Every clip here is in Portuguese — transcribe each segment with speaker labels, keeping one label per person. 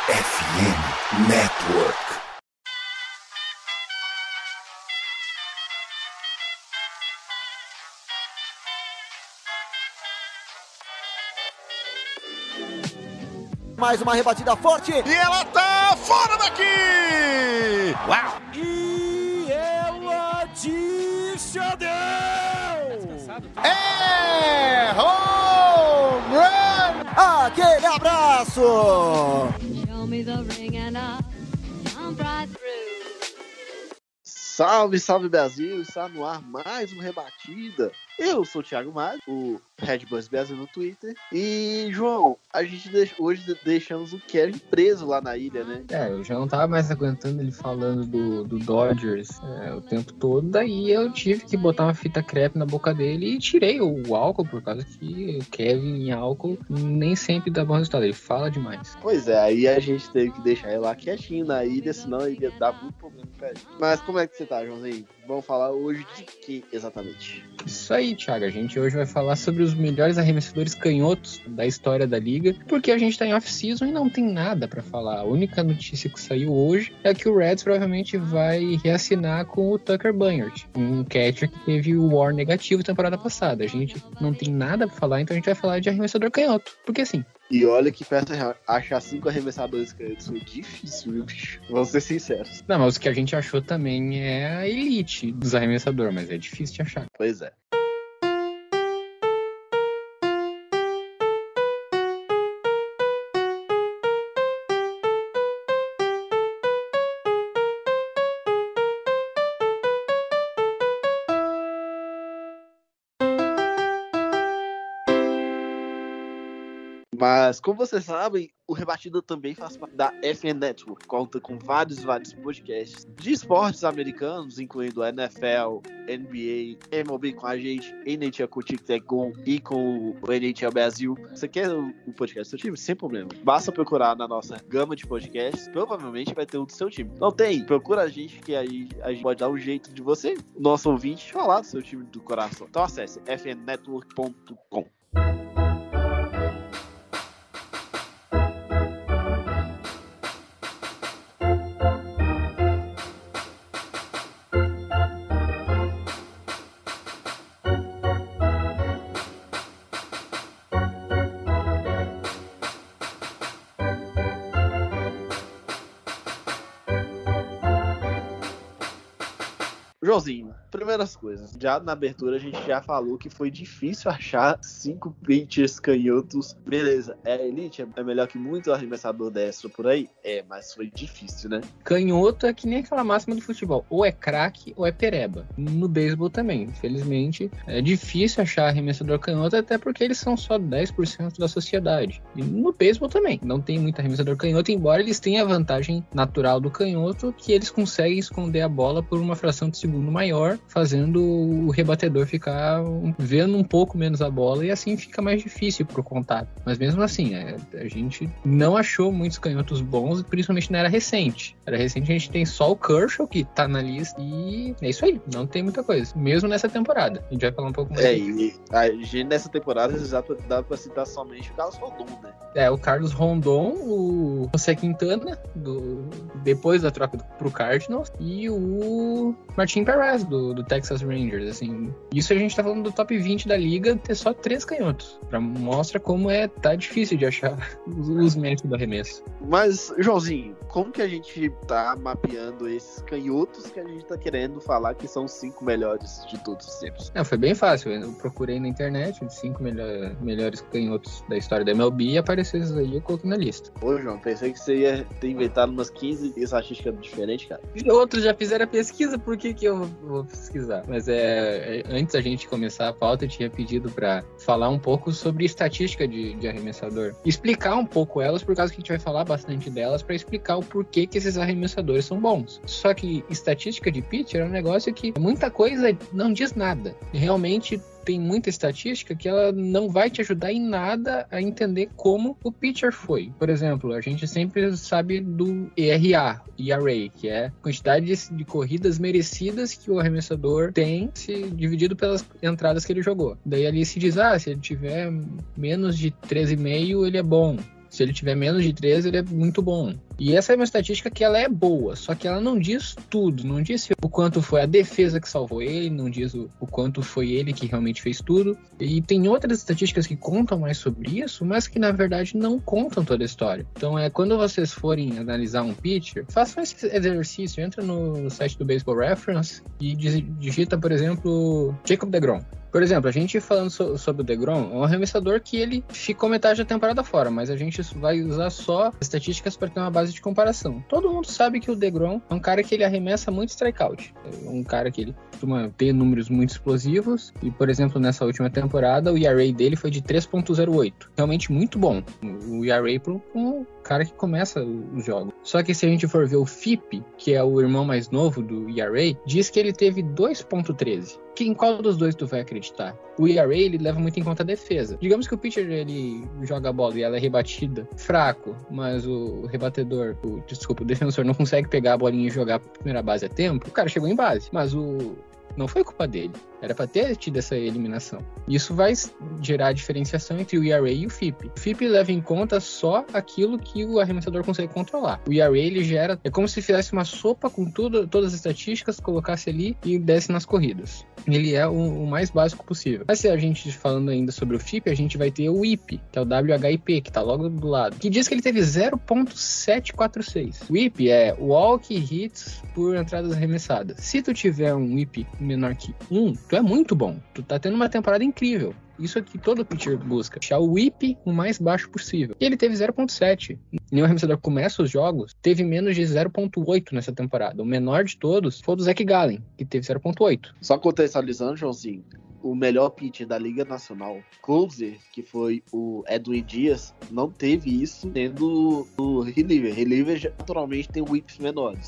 Speaker 1: FM Network.
Speaker 2: Mais uma rebatida forte.
Speaker 3: E ela tá fora daqui!
Speaker 2: Uau! E ela descendeu!
Speaker 3: É home run!
Speaker 2: Aquele abraço!
Speaker 4: Show me the ring and I'll jump right through.
Speaker 5: Salve, salve Brasil! Está no ar mais uma rebatida. Eu sou o Thiago Mário, o Red Bulls Brasil no Twitter. E, João, a gente hoje deixamos o Kevin preso lá na ilha, né?
Speaker 6: Eu já não tava mais aguentando ele falando do Dodgers o tempo todo. Daí eu tive que botar uma fita crepe na boca dele e tirei o álcool, por causa que o Kevin em álcool nem sempre dá bom resultado. Ele fala demais.
Speaker 5: Pois é, aí a gente teve que deixar ele lá quietinho na ilha, senão ele ia dar muito problema pra ele. Mas como é que você tá, Joãozinho? Vamos falar hoje de que exatamente?
Speaker 6: Isso aí, Thiago. A gente hoje vai falar sobre os melhores arremessadores canhotos da história da liga, porque a gente tá em off-season e não tem nada pra falar. A única notícia que saiu hoje é que o Reds provavelmente vai reassinar com o Tucker Barnhart, um catcher que teve o WAR negativo temporada passada. A gente não tem nada pra falar, então a gente vai falar de arremessador canhoto, porque sim.
Speaker 5: E olha que pra achar 5 arremessadores canhotos foi difícil, viu, bicho? Vamos ser sinceros.
Speaker 6: Não, mas o que a gente achou também é a elite dos arremessadores, mas é difícil de achar.
Speaker 5: Pois é. Mas, como vocês sabem, o Rebatida também faz parte da FN Network, conta com vários podcasts de esportes americanos, incluindo a NFL, NBA, MLB com a gente, NHL com o Tic-Tac Go e com o NHL Brasil. Você quer o podcast do seu time? Sem problema. Basta procurar na nossa gama de podcasts, provavelmente vai ter um do seu time. Não tem? Procura a gente, que aí a gente pode dar um jeito de você, nosso ouvinte, falar do seu time do coração. Então acesse fnnetwork.com. Joãozinho, primeiras coisas. Já na abertura a gente já falou que foi difícil achar 5 pitchers canhotos. Beleza, é elite, é melhor que muito arremessador destro por aí? É, mas foi difícil, né?
Speaker 6: Canhoto é que nem aquela máxima do futebol. Ou é craque ou é pereba. No beisebol também, infelizmente. É difícil achar arremessador canhoto, até porque eles são só 10% da sociedade. E no beisebol também. Não tem muito arremessador canhoto, embora eles tenham a vantagem natural do canhoto, que eles conseguem esconder a bola por uma fração de segundo maior, fazendo o rebatedor ficar vendo um pouco menos a bola, e assim fica mais difícil pro contato. Mas mesmo assim, a gente não achou muitos canhotos bons, principalmente na era recente. Na era recente a gente tem só o Kershaw, que tá na lista, e é isso aí, não tem muita coisa. Mesmo nessa temporada. A gente vai falar um pouco mais.
Speaker 5: E a gente nessa temporada já dá pra citar somente o Carlos Rondon, né?
Speaker 6: O Carlos Rondon, o José Quintana, depois da troca pro Cardinals, e o Martin Perez, do Texas Rangers, assim. Isso a gente tá falando do top 20 da liga, ter só 3 canhotos. Mostra como tá difícil de achar os méritos do arremesso.
Speaker 5: Mas, Joãozinho, como que a gente tá mapeando esses canhotos que a gente tá querendo falar que são os 5 melhores de todos os tempos?
Speaker 6: Foi bem fácil. Eu procurei na internet os 5 melhores canhotos da história da MLB e apareceu esses aí, eu coloquei na lista.
Speaker 5: Ô, João, pensei que você ia ter inventado umas 15 estatísticas diferentes, cara.
Speaker 6: E outros já fizeram a pesquisa, por que eu vou pesquisar? Mas antes da gente começar a pauta, eu tinha pedido pra falar um pouco sobre estatística de arremessador. Explicar um pouco elas, por causa que a gente vai falar bastante delas, pra explicar o porquê que esses arremessadores são bons. Só que estatística de pitcher é um negócio que muita coisa não diz nada. Realmente tem muita estatística que ela não vai te ajudar em nada a entender como o pitcher foi. Por exemplo, a gente sempre sabe do ERA, que é a quantidade de corridas merecidas que o arremessador tem, dividido pelas entradas que ele jogou. Daí ali se diz, se ele tiver menos de 13,5, ele é bom. Se ele tiver menos de 3, ele é muito bom. E essa é uma estatística que ela é boa, só que ela não diz tudo, não diz o quanto foi a defesa que salvou ele, não diz o quanto foi ele que realmente fez tudo. E tem outras estatísticas que contam mais sobre isso, mas que na verdade não contam toda a história. Então quando vocês forem analisar um pitcher, façam esse exercício, entra no site do Baseball Reference e digita, por exemplo, Jacob deGrom. Por exemplo, a gente falando sobre o deGrom, é um arremessador que ele ficou metade da temporada fora, mas a gente vai usar só estatísticas para ter uma base de comparação. Todo mundo sabe que o deGrom é um cara que ele arremessa muito strikeout. É um cara que ele costuma ter números muito explosivos e, por exemplo, nessa última temporada, o ERA dele foi de 3.08. Realmente muito bom. O ERA para um cara que começa os jogos. Só que se a gente for ver o FIP, que é o irmão mais novo do ERA, diz que ele teve 2.13. Em qual dos dois tu vai acreditar? O ERA, ele leva muito em conta a defesa. Digamos que o pitcher, ele joga a bola e ela é rebatida fraco, mas o rebatedor, o defensor não consegue pegar a bolinha e jogar pra primeira base a tempo, o cara chegou em base. Mas não foi culpa dele. Era para ter tido essa eliminação. Isso vai gerar a diferenciação entre o ERA e o FIP. O FIP leva em conta só aquilo que o arremessador consegue controlar. O ERA, ele gera... É como se fizesse uma sopa com todas as estatísticas, colocasse ali e desse nas corridas. Ele é o mais básico possível. Mas se a gente falando ainda sobre o FIP, a gente vai ter o WHIP, que é o WHIP, que tá logo do lado, que diz que ele teve 0.746. O WHIP é Walk Hits por entradas arremessadas. Se tu tiver um WHIP menor que 1, tu é muito bom. Tu tá tendo uma temporada incrível. Isso é que todo pitcher busca. Deixar o WHIP o mais baixo possível. E ele teve 0.7. Nenhum arremessador que começa os jogos teve menos de 0.8 nessa temporada. O menor de todos foi o do Zach Gallen, que teve 0.8.
Speaker 5: Só contextualizando, Joãozinho, o melhor pitcher da Liga Nacional, closer, que foi o Edwin Dias, não teve isso tendo o reliever. Reliever naturalmente tem whips menores,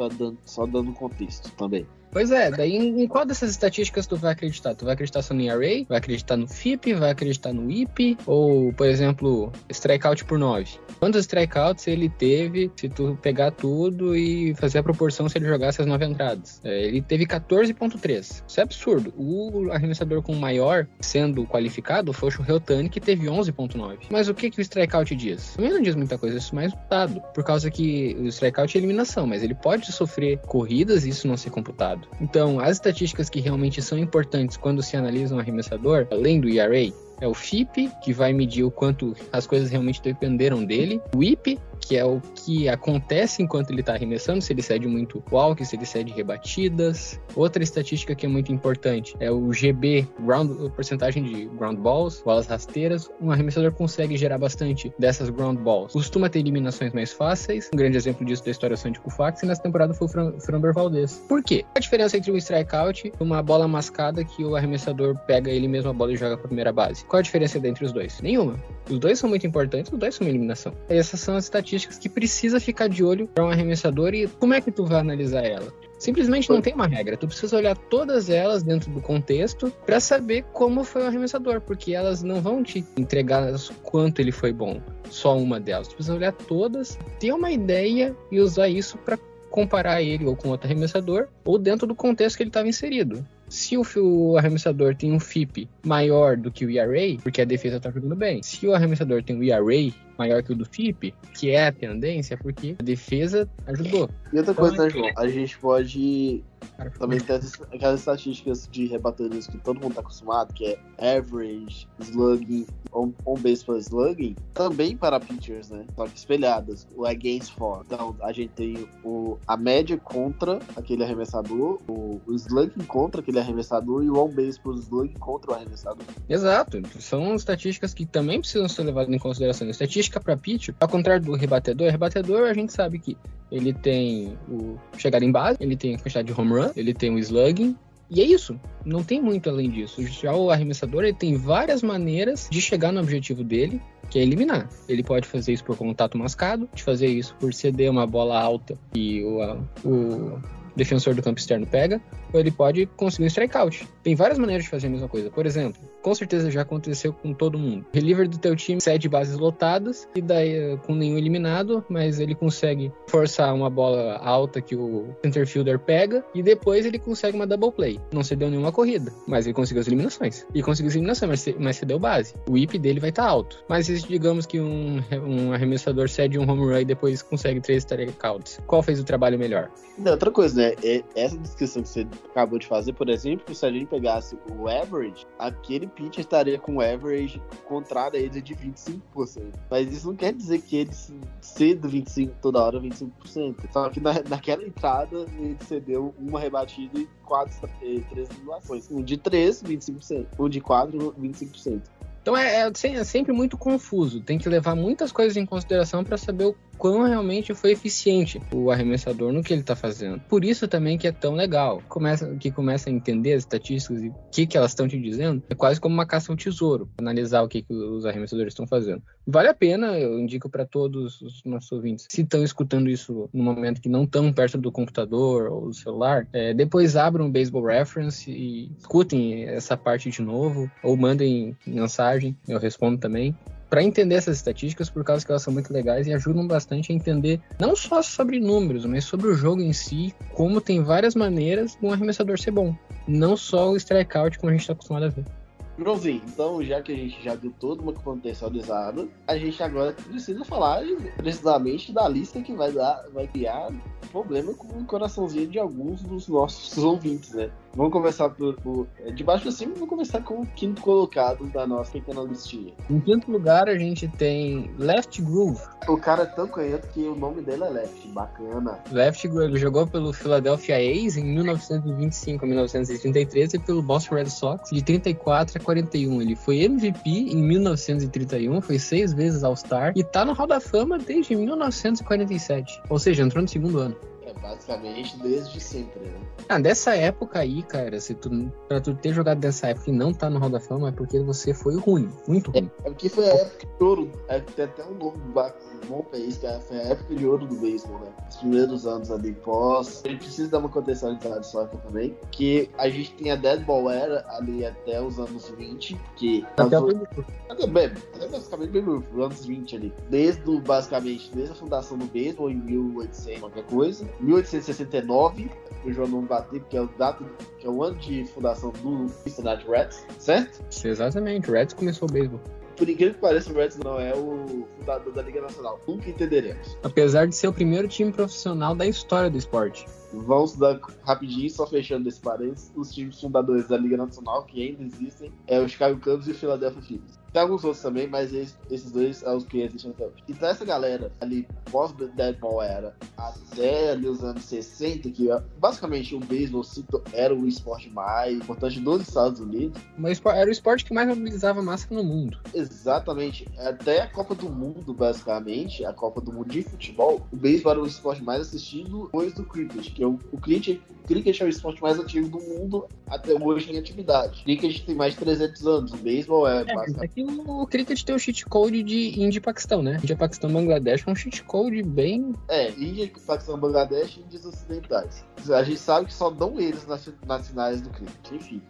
Speaker 5: só dando contexto também.
Speaker 6: Pois é, daí em qual dessas estatísticas tu vai acreditar? Tu vai acreditar só no ERA? Vai acreditar no FIP? Vai acreditar no WHIP? Ou, por exemplo, strikeout por 9? Quantos strikeouts ele teve se tu pegar tudo e fazer a proporção se ele jogasse as 9 entradas? Ele teve 14.3. Isso é absurdo. O arremessador com maior sendo qualificado foi o Shohei Ohtani, que teve 11.9. Mas o que o strikeout diz? Também não diz muita coisa, isso é mais dado. Por causa que o strikeout é eliminação, mas ele pode sofrer corridas e isso não ser computado. Então, as estatísticas que realmente são importantes quando se analisa um arremessador, além do ERA, é o FIP, que vai medir o quanto as coisas realmente dependeram dele, o WHIP, que é o que acontece enquanto ele está arremessando, se ele cede muito walk, se ele cede rebatidas. Outra estatística que é muito importante é o GB, porcentagem de ground balls, bolas rasteiras. Um arremessador consegue gerar bastante dessas ground balls. Costuma ter eliminações mais fáceis. Um grande exemplo disso da história é o Sandy Koufax, e nessa temporada foi o Framber Valdez. Por quê? A diferença entre um strikeout e uma bola mascada que o arremessador pega ele mesmo a bola e joga para a primeira base. Qual a diferença entre os dois? Nenhuma. Os dois são muito importantes, os dois são uma eliminação. Essas são as estatísticas que precisa ficar de olho para um arremessador. E como é que tu vai analisar ela? Simplesmente não tem uma regra. Tu precisa olhar todas elas dentro do contexto para saber como foi o arremessador, porque elas não vão te entregar quanto ele foi bom. Só uma delas. Tu precisa olhar todas, ter uma ideia e usar isso para comparar ele ou com outro arremessador ou dentro do contexto que ele estava inserido. Se o arremessador tem um FIP maior do que o ERA, porque a defesa está jogando bem. Se o arremessador tem um ERA maior que o do FIP, que é a tendência, porque a defesa ajudou.
Speaker 5: E outra coisa, né, João? A gente pode também ter aquelas estatísticas de rebatedores que todo mundo está acostumado, que é average, slugging, on-base plus slugging, também para pitchers, né? Só que espelhadas, o against for. Então, a gente tem a média contra aquele arremessador, o slugging contra aquele arremessador e o on-base plus slugging contra o arremessador.
Speaker 6: Exato. São estatísticas que também precisam ser levadas em consideração. Estatística para pitcher, ao contrário do rebatedor, a gente sabe que ele tem o chegada em base, ele tem a quantidade de home run, ele tem o slugging, e é isso. Não tem muito além disso. Já o arremessador, ele tem várias maneiras de chegar no objetivo dele, que é eliminar. Ele pode fazer isso por contato mascado, pode fazer isso por ceder uma bola alta e o defensor do campo externo pega, ou ele pode conseguir um strikeout. Tem várias maneiras de fazer a mesma coisa. Por exemplo, com certeza já aconteceu com todo mundo. O reliever do teu time cede bases lotadas, e daí com nenhum eliminado, mas ele consegue forçar uma bola alta que o center fielder pega, e depois ele consegue uma double play. Não cedeu nenhuma corrida, mas ele conseguiu as eliminações. E conseguiu as eliminações, mas cedeu base. O whip dele vai estar alto. Mas se digamos que um arremessador cede um home run e depois consegue 3 strikeouts, qual fez o trabalho melhor?
Speaker 5: Não, outra coisa, né? Essa descrição que você acabou de fazer, por exemplo, se a gente pegasse o average, aquele pitcher estaria com o average contrário a ele de 25%. Mas isso não quer dizer que ele ceda 25% toda hora, 25%. Só que naquela entrada ele cedeu uma rebatida e 3 simulações. Um de 3, 25%. Um de 4, 25%.
Speaker 6: Então é sempre muito confuso. Tem que levar muitas coisas em consideração para saber o quão realmente foi eficiente o arremessador no que ele está fazendo. Por isso também que é tão legal. Começa a entender as estatísticas e o que elas estão te dizendo. É quase como uma caça ao tesouro. Analisar o que os arremessadores estão fazendo. Vale a pena, eu indico para todos os nossos ouvintes, se estão escutando isso no momento que não estão perto do computador ou do celular, depois abram o Baseball Reference e escutem essa parte de novo, ou mandem mensagem, eu respondo também, para entender essas estatísticas, por causa que elas são muito legais e ajudam bastante a entender não só sobre números, mas sobre o jogo em si, como tem várias maneiras de um arremessador ser bom, não só o strikeout como a gente está acostumado a ver.
Speaker 5: Joãozinho, então já que a gente já deu toda uma contextualizada, a gente agora precisa falar precisamente da lista que vai criar problema com o coraçãozinho de alguns dos nossos ouvintes, né? Vamos começar de baixo pra cima, vamos começar com o quinto colocado da nossa pequena listinha.
Speaker 6: Em quinto lugar, a gente tem Left Groove.
Speaker 5: O cara é tão canhoto que o nome dele é Left, bacana.
Speaker 6: Left Groove, ele jogou pelo Philadelphia A's em 1925 a 1933 e pelo Boston Red Sox de 34 a 41. Ele foi MVP em 1931, foi 6 vezes All-Star e tá no Hall da Fama desde 1947. Ou seja, entrou no segundo ano.
Speaker 5: Basicamente desde sempre, né?
Speaker 6: Dessa época aí, cara, pra tu ter jogado dessa época e não tá no Hall da Fama é porque você foi ruim, muito ruim.
Speaker 5: É porque foi a época de ouro, tem até um nome bom pra isso, cara, foi a época de ouro do beisebol, né? Os primeiros anos ali pós. A gente precisa dar uma contextualizada só aqui também, que a gente tem a Dead Ball Era ali até os anos 20, que... basicamente bem os anos 20 ali. Desde a fundação do beisebol em 1800, qualquer coisa. 1869, o João não bateu, porque é o ano de fundação do Cincinnati Reds, certo?
Speaker 6: Exatamente, o Reds começou o beisebol.
Speaker 5: Por incrível que pareça, o Reds não é o fundador da Liga Nacional. Nunca entenderemos.
Speaker 6: Apesar de ser o primeiro time profissional da história do esporte.
Speaker 5: Vamos dar rapidinho, só fechando esse parênteses, os times fundadores da Liga Nacional, que ainda existem, é o Chicago Cubs e o Philadelphia Phillies. Tem alguns outros também, mas esses dois são os que existem até hoje. Então essa galera ali, pós-Dead Ball Era, até ali os anos 60, que basicamente o beisebol era o esporte mais importante dos Estados Unidos.
Speaker 6: Mas era o esporte que mais mobilizava massa no mundo.
Speaker 5: Exatamente. Até a Copa do Mundo, basicamente, a Copa do Mundo de futebol, o beisebol era o esporte mais assistido depois do cricket, que o cricket é o esporte mais antigo do mundo até hoje em atividade. O cricket tem mais de 300 anos, o beisebol basicamente...
Speaker 6: O cricket tem o cheat code de Índia e Paquistão, né? Índia, Paquistão, Bangladesh é um cheat code bem...
Speaker 5: Índia, Paquistão, Bangladesh e Índias Ocidentais. A gente sabe que só dão eles nas finais do cricket, enfim.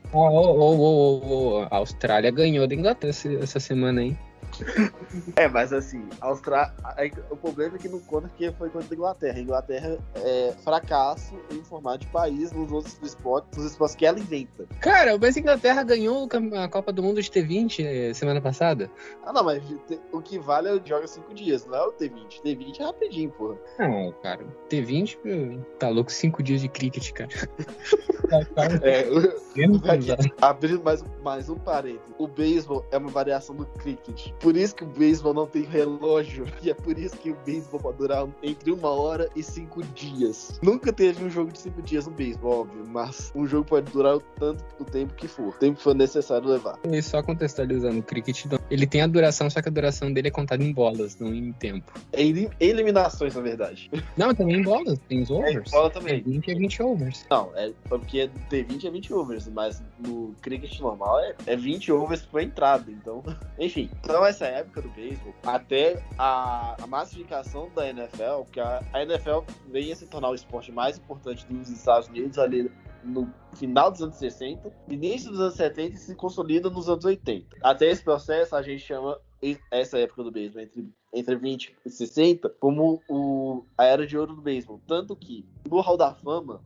Speaker 6: A Austrália ganhou da Inglaterra essa semana, hein?
Speaker 5: Mas assim, o problema é que não conta que foi contra a Inglaterra. A Inglaterra é fracasso em formato de país nos outros esportes, nos esportes que ela inventa.
Speaker 6: Cara, mas a Inglaterra ganhou a Copa do Mundo de T20 semana passada.
Speaker 5: Não, mas o que vale é o joga 5 dias, não é o T20. T20 é rapidinho, porra.
Speaker 6: Não, cara, T20 tá louco, 5 dias de cricket, cara.
Speaker 5: Abrindo mais um parênteses. O beisebol é uma variação do cricket. Por isso que o beisebol não tem relógio. E é por isso que o beisebol pode durar entre 1 hora e 5 dias. Nunca teve um jogo de 5 dias no beisebol, óbvio. Mas um jogo pode durar o tempo que for. O tempo que for necessário levar.
Speaker 6: E só contextualizando, o cricket, ele tem a duração, só que a duração dele é contada em bolas, não em tempo.
Speaker 5: É em eliminações, na verdade.
Speaker 6: Não, também em bolas. Tem os overs.
Speaker 5: Bola também.
Speaker 6: 20 é 20 overs.
Speaker 5: Não, porque T20 é 20 overs. Mas no cricket normal é 20 overs por entrada. Então, enfim. Então, Então, essa época do beisebol, até a massificação da NFL, que a NFL veio a se tornar o esporte mais importante dos Estados Unidos ali no final dos anos 60, início dos anos 70 e se consolida nos anos 80. Até esse processo a gente chama essa época do beisebol, entre 20 e 60, como a era de ouro do beisebol. Tanto que no Hall da Fama,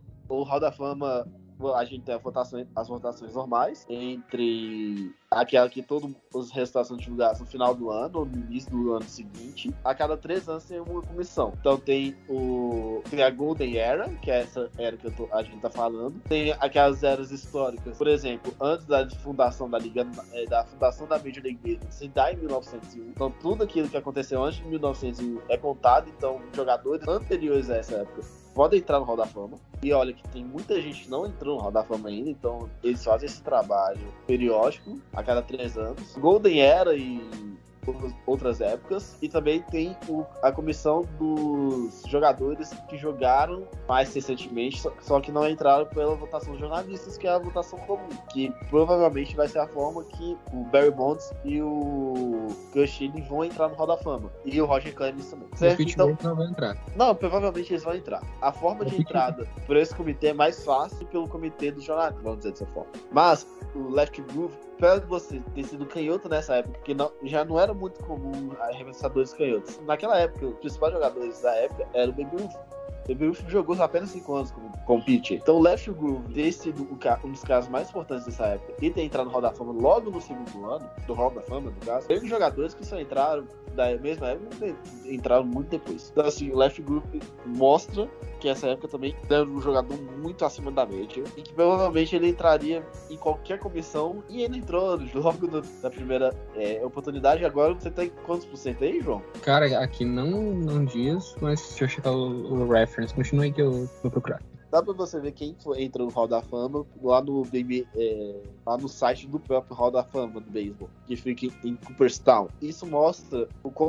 Speaker 5: a gente tem as votações normais, entre aquela que todos os resultados são divulgados no final do ano ou no início do ano seguinte. A cada 3 anos tem uma comissão. Então tem a Golden Era, que é essa era que a gente tá falando. Tem aquelas eras históricas. Por exemplo, antes da fundação da Liga, da fundação da Major League Baseball, se dá em 1901. Então tudo aquilo que aconteceu antes de 1901 é contado. Então jogadores anteriores a essa época podem entrar no Hall da Fama. E olha que tem muita gente que não entrou no Hall da Fama ainda, então eles fazem esse trabalho periódico a cada 3 anos. Golden Era e outras épocas. E também tem a comissão dos jogadores que jogaram mais recentemente, só que não entraram pela votação dos jornalistas, que é a votação comum, que provavelmente vai ser a forma que o Barry Bonds e o Gus Schilling vão entrar no Hall da Fama. E o Roger Clemens também.
Speaker 6: Certo? Então, não vai entrar.
Speaker 5: Não, provavelmente eles vão entrar. A forma de entrada por esse comitê é mais fácil pelo comitê dos jornalistas, vamos dizer dessa forma. Mas o Left Groove, para você ter sido canhoto nessa época, porque já não era muito comum arremessadores canhotos. Naquela época, os principais jogadores da época eram o Babe Ruth. Babe Ruth jogou apenas 5 anos como pitcher. Então o Left Groove ter sido um dos caras mais importantes dessa época e ter entrado no Hall da Fama logo no segundo ano, do Hall da Fama, no caso, teve jogadores que só entraram da mesma época, entraram muito depois. Então assim, o Left Groove mostra que essa época também era um jogador muito acima da média e que provavelmente ele entraria em qualquer comissão, e ele entrou logo na primeira oportunidade. Agora você tem quantos por cento aí, João?
Speaker 6: Cara, aqui não diz, mas deixa eu checar o reference. Continua aí que eu vou procurar.
Speaker 5: Dá pra você ver quem entrou no Hall da Fama lá no site do próprio Hall da Fama do beisebol, que fica em Cooperstown. Isso mostra o quão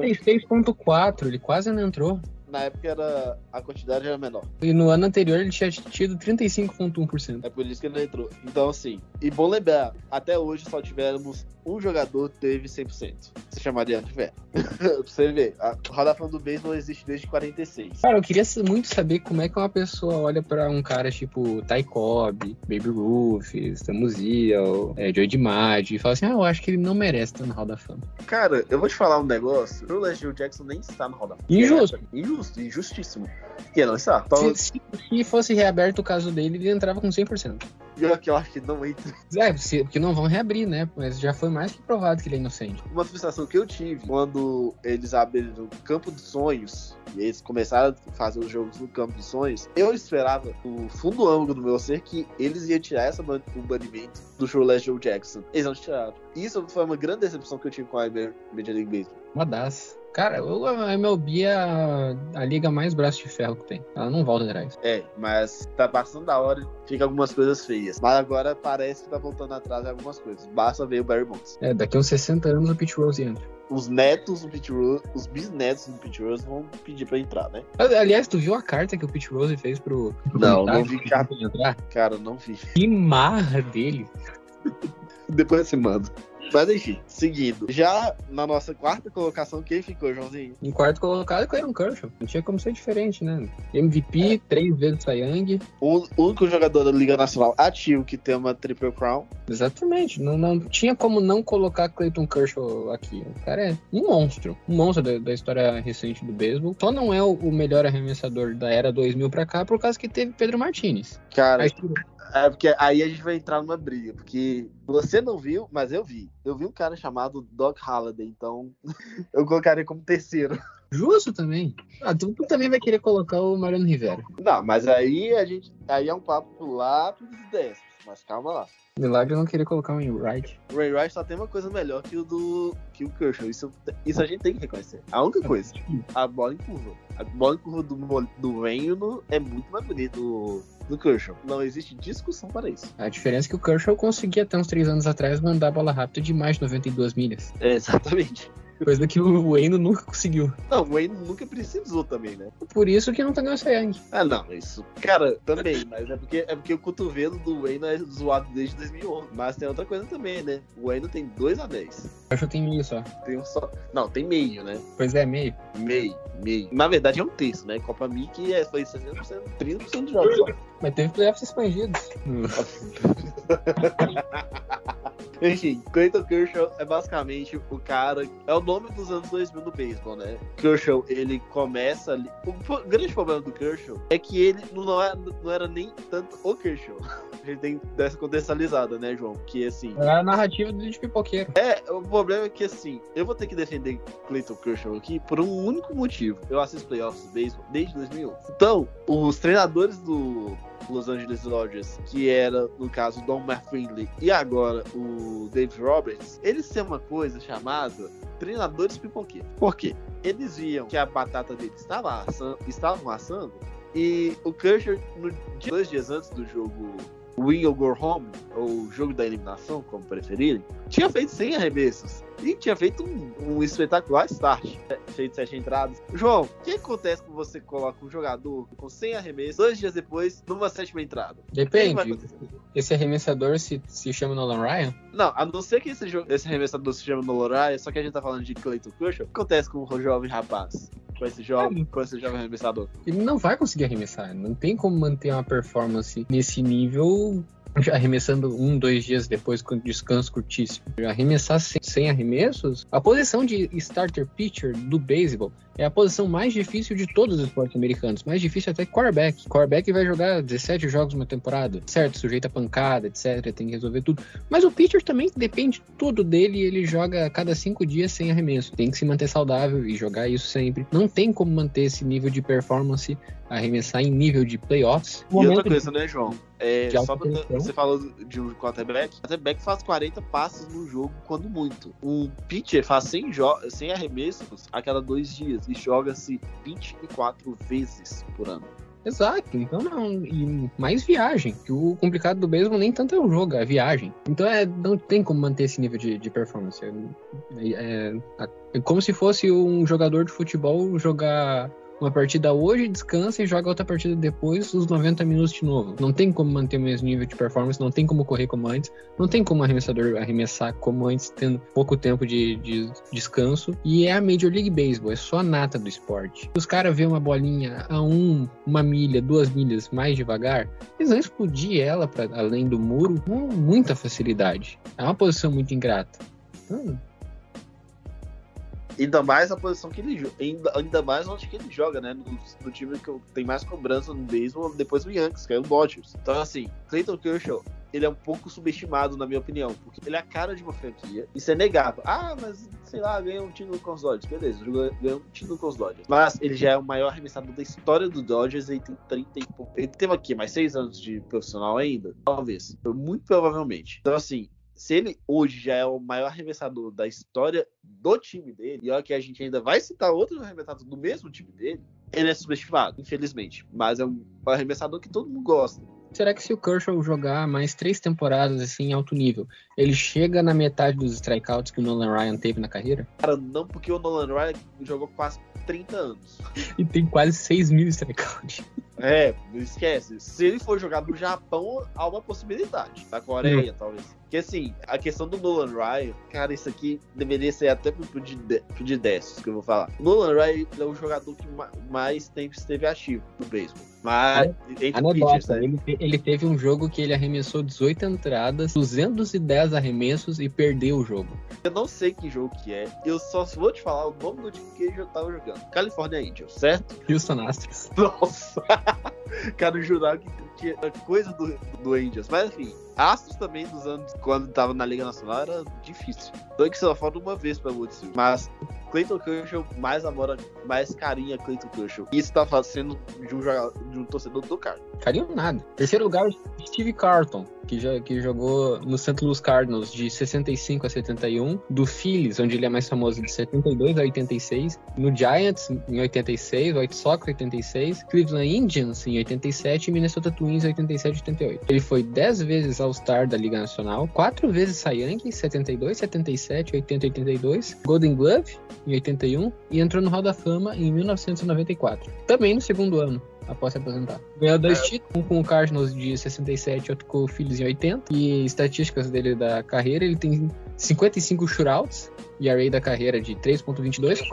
Speaker 6: 76.4, ele quase não entrou.
Speaker 5: Na época a quantidade era menor.
Speaker 6: E no ano anterior ele tinha tido 35.1%.
Speaker 5: É por isso que ele não entrou. Então assim, e bom lembrar, até hoje só tivemos um jogador que teve 100%. Você chamaria de velho. Pra você ver, a Hall da Fama do beisebol existe desde 46.
Speaker 6: Cara, eu queria muito saber como é que uma pessoa olha pra um cara tipo Ty Cobb, Babe Ruth, Stan Musial, Joe DiMaggio, e fala assim, eu acho que ele não merece estar no Hall da Fama.
Speaker 5: Cara, eu vou te falar um negócio. O Ledger Jackson nem está no Hall da Fama. Injustíssimo. Que não está.
Speaker 6: Se fosse reaberto o caso dele, ele entrava com 100%.
Speaker 5: Pior que eu acho que não entra.
Speaker 6: Porque não vão reabrir, né? Mas já foi mais que provado que ele é inocente.
Speaker 5: Uma frustração que eu tive quando eles abriram o Campo dos Sonhos e eles começaram a fazer os jogos no Campo dos Sonhos, eu esperava, no fundo âmago do meu ser, que eles iam tirar o banimento do Shoeless Joe Jackson. Eles não tiraram. Isso foi uma grande decepção que eu tive com a Major League Baseball.
Speaker 6: Uma das. Cara, a MLB é a liga mais braço de ferro que tem. Ela não volta atrás.
Speaker 5: Mas tá passando da hora, fica algumas coisas feias. Mas agora parece que tá voltando atrás em algumas coisas. Basta ver o Barry Bonds.
Speaker 6: Daqui a uns 60 anos o Pete Rose entra.
Speaker 5: Os netos do Pete Rose, os bisnetos do Pete Rose vão pedir pra entrar, né?
Speaker 6: Aliás, tu viu a carta que o Pete Rose fez pro
Speaker 5: não vi carta.
Speaker 6: Entrar?
Speaker 5: Cara, não vi.
Speaker 6: Que marra dele.
Speaker 5: Depois você manda. Mas enfim, seguindo. Já na nossa quarta colocação, quem ficou, Joãozinho?
Speaker 6: Em quarto colocado, Clayton Kershaw. Não tinha como ser diferente, né? MVP, 3 vezes Cy Young.
Speaker 5: O único jogador da Liga Nacional ativo que tem uma Triple Crown.
Speaker 6: Exatamente. Não tinha como não colocar Clayton Kershaw aqui. O cara é um monstro. Um monstro da história recente do beisebol. Só não é o melhor arremessador da era 2000 pra cá por causa que teve Pedro Martinez.
Speaker 5: Cara... porque aí a gente vai entrar numa briga, porque você não viu, mas eu vi. Eu vi um cara chamado Doc Halladay, então eu colocaria como terceiro.
Speaker 6: Justo também. Tu também vai querer colocar o Mariano Rivera.
Speaker 5: Não, mas aí é um papo lá pros décimos, mas calma lá.
Speaker 6: Milagre não querer colocar o Wainwright.
Speaker 5: O Wainwright só tem uma coisa melhor que o Kershaw. Isso a gente tem que reconhecer. A única coisa, a bola em curva. A bola em curva do Wainwright é muito mais bonita do Kershaw. Não existe discussão para isso.
Speaker 6: A diferença é que o Kershaw conseguia até uns 3 anos atrás mandar a bola rápida de mais de 92 milhas.
Speaker 5: Exatamente.
Speaker 6: Coisa que o Wayne nunca conseguiu.
Speaker 5: Não, o Wayne nunca precisou também, né?
Speaker 6: Por isso que não tá ganhando Cy Young.
Speaker 5: Ah, não, isso. Cara, também, mas é porque o cotovelo do Wayne é zoado desde 2011. Mas tem outra coisa também, né? O Wayne tem 2 anéis.
Speaker 6: Acho que tem meio só.
Speaker 5: Tem um só. Não, tem meio, né?
Speaker 6: Pois é, meio.
Speaker 5: Meio. Na verdade é um terço, né? Copa Mickey foi 60%, 30% de jogos só.
Speaker 6: Mas teve playoffs expandidos.
Speaker 5: Enfim, Clayton Kershaw é basicamente o cara... É o nome dos anos 2000 do beisebol, né? Kershaw, ele começa ali... O grande problema do Kershaw é que ele não era nem tanto o Kershaw. A gente tem dessa contextualizada, né, João? Que, assim...
Speaker 6: É a narrativa do de pipoqueiro.
Speaker 5: O problema é que, assim, eu vou ter que defender Clayton Kershaw aqui por um único motivo. Eu assisto playoffs de beisebol desde 2011. Então, os treinadores do Los Angeles Dodgers, que era, no caso, Don Mattingly e agora o Dave Roberts, eles têm uma coisa chamada treinadores pipoqueiros. Por quê? Eles viam que a batata deles estava assando e o Kershaw, 2 dias antes do jogo Win or Go Home, ou jogo da eliminação, como preferirem, tinha feito 100 arremessos e tinha feito um espetacular start, feito 7 entradas. João, o que acontece quando você coloca um jogador com 100 arremessos 2 dias depois numa 7ª entrada?
Speaker 6: Depende. Esse arremessador se chama Nolan Ryan?
Speaker 5: Não, a não ser que esse arremessador se chama Nolan Ryan, só que a gente tá falando de Clayton Kershaw. O que acontece com o jovem rapaz? Com esse jovem arremessador?
Speaker 6: Ele não vai conseguir arremessar. Não tem como manter uma performance nesse nível arremessando 1-2 dias depois com descanso curtíssimo. Arremessar sem arremessos, a posição de starter pitcher do beisebol é a posição mais difícil de todos os esportes americanos, mais difícil até que quarterback. Quarterback vai jogar 17 jogos numa temporada, certo, sujeito a pancada, etc, tem que resolver tudo, mas o pitcher também depende tudo dele e ele joga a cada 5 dias sem arremesso, tem que se manter saudável e jogar isso sempre, não tem como manter esse nível de performance, arremessar em nível de playoffs.
Speaker 5: E outra coisa, né, João? Só você falou de um quarterback. O quarterback faz 40 passes no jogo, quando muito. Um pitcher faz 100 arremessos a cada 2 dias e joga-se 24 vezes por ano.
Speaker 6: Exato, então não. E mais viagem, que o complicado do beisebol nem tanto é o jogo, é a viagem. Então não tem como manter esse nível de performance. É como se fosse um jogador de futebol jogar uma partida hoje, descansa e joga outra partida depois, os 90 minutos de novo. Não tem como manter o mesmo nível de performance, não tem como correr como antes, não tem como arremessador arremessar como antes, tendo pouco tempo de descanso. E é a Major League Baseball, é só a nata do esporte. Se os caras vêem uma bolinha a 1 milha, 2 milhas mais devagar, eles vão explodir ela para além do muro com muita facilidade. É uma posição muito ingrata.
Speaker 5: Ainda mais a posição que ele joga. Ainda mais onde que ele joga, né? No time que tem mais cobrança no beisebol, depois do Yankees, que é o Dodgers. Então, assim, Clayton Kershaw, ele é um pouco subestimado, na minha opinião, porque ele é a cara de uma franquia. Isso é negável. Ah, mas, sei lá, ganhou um título com os Dodgers. Beleza, ganhou um título com os Dodgers. Mas ele já é o maior arremessador da história do Dodgers e tem 30 e pouco. Ele teve aqui mais 6 anos de profissional ainda? Talvez. Muito provavelmente. Então, assim, se ele hoje já é o maior arremessador da história do time dele, e olha que a gente ainda vai citar outros arremessadores do mesmo time dele, ele é subestimado, infelizmente. Mas é um arremessador que todo mundo gosta.
Speaker 6: Será que se o Kershaw jogar mais 3 temporadas assim em alto nível, ele chega na metade dos strikeouts que o Nolan Ryan teve na carreira?
Speaker 5: Cara, não, porque o Nolan Ryan jogou quase 30 anos.
Speaker 6: E tem quase 6.000 strikeouts.
Speaker 5: Não esquece. Se ele for jogar no Japão, há uma possibilidade. Da Coreia, talvez. Porque, assim, a questão do Nolan Ryan, cara, isso aqui deveria ser até pro de 10, que eu vou falar. O Nolan Ryan é o jogador que mais tempo esteve ativo no beisebol. Mas, entre pitchers, né?
Speaker 6: Ele teve um jogo que ele arremessou 18 entradas, 210 arremessos e perdeu o jogo.
Speaker 5: Eu não sei que jogo que é. Eu só vou te falar o nome do time que ele tava jogando. California Angels, certo?
Speaker 6: Houston Astros.
Speaker 5: Nossa! Cara, eu jurava que tinha coisa do Angels. Mas, enfim, Astros também dos anos quando tava na Liga Nacional era difícil. Então que só falta uma vez pra World Series. Mas Clayton Kershaw mais carinho a Clayton Kershaw. Isso tá fazendo de um torcedor do Cardinals.
Speaker 6: Carinho nada. Terceiro lugar, Steve Carlton, que jogou no St. Louis Cardinals de 65 a 71, do Phillies, onde ele é mais famoso, de 72 a 86, no Giants em 86, White Sox em 86, Cleveland Indians em 87 e Minnesota Twins em 87 e 88. Ele foi 10 vezes All-Star da Liga Nacional, 4 vezes Cy Young, 72, 77, 80 e 82, Golden Glove em 81 e entrou no Hall da Fama em 1994. Também no segundo ano, após se aposentar. Ganhou 2 títulos, um com o Cardinals de 67 e outro com o Phillies em 80. E estatísticas dele da carreira, ele tem 55 shootouts, ERA da carreira de 3.22,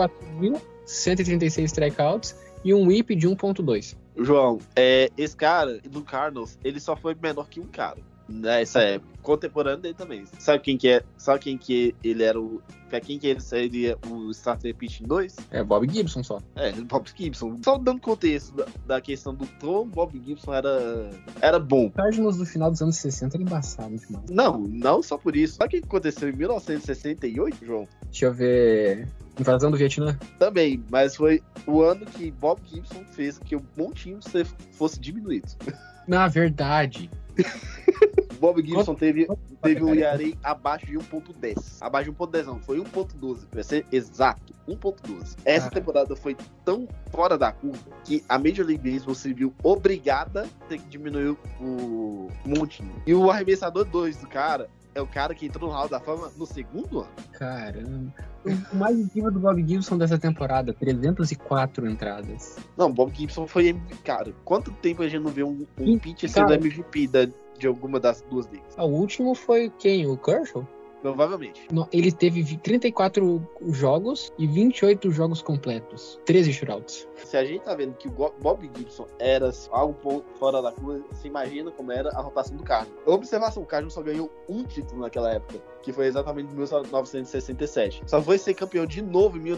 Speaker 6: 4.136 strikeouts e um whip de 1.2.
Speaker 5: João, esse cara do Cardinals, ele só foi menor que um cara nessa época, contemporâneo dele também. Sabe quem que ele era pra quem que ele seria o starter pitching 2?
Speaker 6: É Bob Gibson só.
Speaker 5: Bob Gibson. Só dando contexto da questão do tom, Bob Gibson era bom.
Speaker 6: O Cardinals do final dos anos 60 era embaçado demais.
Speaker 5: Não só por isso. Sabe o que aconteceu em 1968, João?
Speaker 6: Deixa eu ver... Invasão do Vietnã?
Speaker 5: Também, mas foi o ano que Bob Gibson fez que o montinho fosse diminuído.
Speaker 6: Na verdade...
Speaker 5: Bob Gibson teve um ERA abaixo de 1.10. Abaixo de 1.10 não, foi 1.12, pra ser exato, 1.12. Essa temporada foi tão fora da curva que a Major League Baseball se viu obrigada a ter que diminuir o montinho. E o arremessador 2 do cara é o cara que entrou no Hall da Fama no segundo ano.
Speaker 6: Caramba. O mais incrível do Bob Gibson dessa temporada, 304 entradas.
Speaker 5: Não, Bob Gibson foi... Cara, quanto tempo a gente não vê um pitcher sendo MVP de alguma das duas ligas?
Speaker 6: O último foi quem? O Kershaw?
Speaker 5: Provavelmente.
Speaker 6: Ele teve 34 jogos e 28 jogos completos. 13 shootouts.
Speaker 5: Se a gente tá vendo que o Bob Gibson era algo fora da curva, você imagina como era a rotação do Cardinals. Observação, o Cardinals só ganhou um título naquela época, que foi exatamente em 1967. Só foi ser campeão de novo em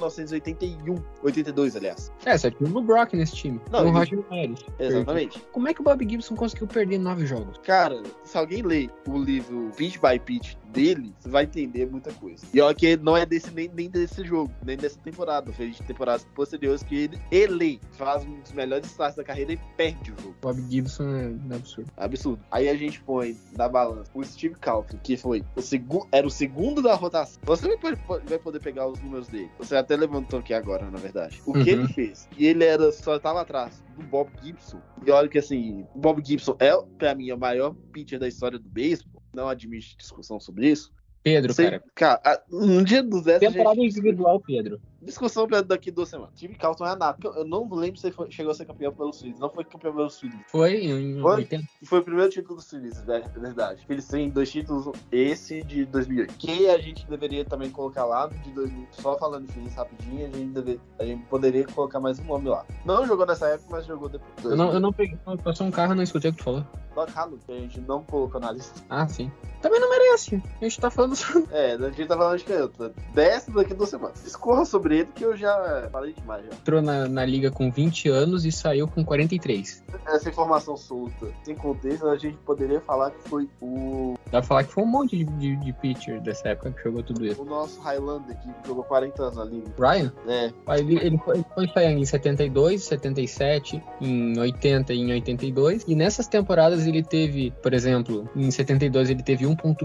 Speaker 5: 82, aliás.
Speaker 6: Só tinha o Lou Brock nesse time.
Speaker 5: Não,
Speaker 6: o Roger Maris.
Speaker 5: Exatamente.
Speaker 6: Como é que o Bob Gibson conseguiu perder 9 jogos?
Speaker 5: Cara, se alguém ler o livro Pitch by Pitch dele, você vai entender muita coisa. E olha que não é nem desse jogo, nem dessa temporada. Foi de temporadas posteriores que ele faz um dos melhores starts da carreira e perde o jogo.
Speaker 6: Bob Gibson é absurdo.
Speaker 5: Absurdo. Aí a gente põe na balança o Steve Carlton, que foi era o segundo da rotação. Você vai poder pegar os números dele. Você até levantou aqui agora, na verdade. O que ele fez? E ele só estava atrás do Bob Gibson. E olha que assim, o Bob Gibson é, pra mim, o maior pitcher da história do beisebol. Não admite discussão sobre isso.
Speaker 6: Pedro,
Speaker 5: cara, um dia dos 10...
Speaker 6: Temporada individual, Pedro.
Speaker 5: Discussão daqui 2 semanas. Steve Carlton é nada. Eu não lembro se ele chegou a ser campeão pelos Phillies. Não foi campeão pelos Phillies.
Speaker 6: Foi em 80.
Speaker 5: Foi o primeiro título dos Phillies, é verdade. Eles têm 2 títulos, esse de 2008. Que a gente deveria também colocar lá de 2000. Só falando de Phillies rapidinho, a gente poderia colocar mais um nome lá. Não jogou nessa época, mas jogou depois.
Speaker 6: Eu não peguei. Passou um carro e não escutei o que tu falou.
Speaker 5: Doc Hammond, que a gente não colocou na lista.
Speaker 6: Ah, sim. Também não merece. A gente tá falando sobre...
Speaker 5: a gente tá falando de canhota. Desce daqui 2 semanas. Discorra sobre ele, que eu já falei demais. Já.
Speaker 6: Entrou na liga com 20 anos e saiu com 43.
Speaker 5: Essa informação solta, sem contexto, a gente poderia falar que foi o...
Speaker 6: Dá pra falar que foi um monte de pitcher dessa época que jogou tudo isso.
Speaker 5: O nosso Highlander, que jogou 40 anos na liga.
Speaker 6: Ryan?
Speaker 5: É.
Speaker 6: Ele foi em 72, 77, em 80 e em 82. E nessas temporadas ele teve, por exemplo, em 72 ele teve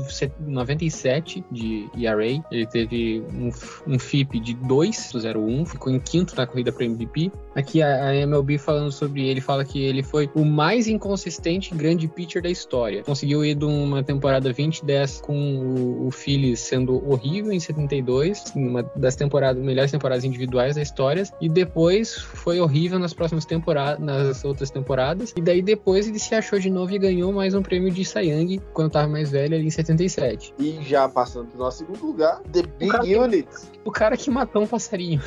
Speaker 6: 1.97 de ERA. Ele teve um FIP de 2.01. Ficou em quinto na corrida para MVP. Aqui a MLB falando sobre ele, fala que ele foi o mais inconsistente grande pitcher da história. Conseguiu ir de uma temporada 2010 com o Phillies sendo horrível em 72, uma das melhores temporadas individuais da história, e depois foi horrível nas outras temporadas, e daí depois ele se achou de novo e ganhou mais um prêmio de Cy Young quando estava mais velho ali em 77.
Speaker 5: E já passando pro nosso segundo lugar, The Big Unit.
Speaker 6: O cara que matou um passarinho.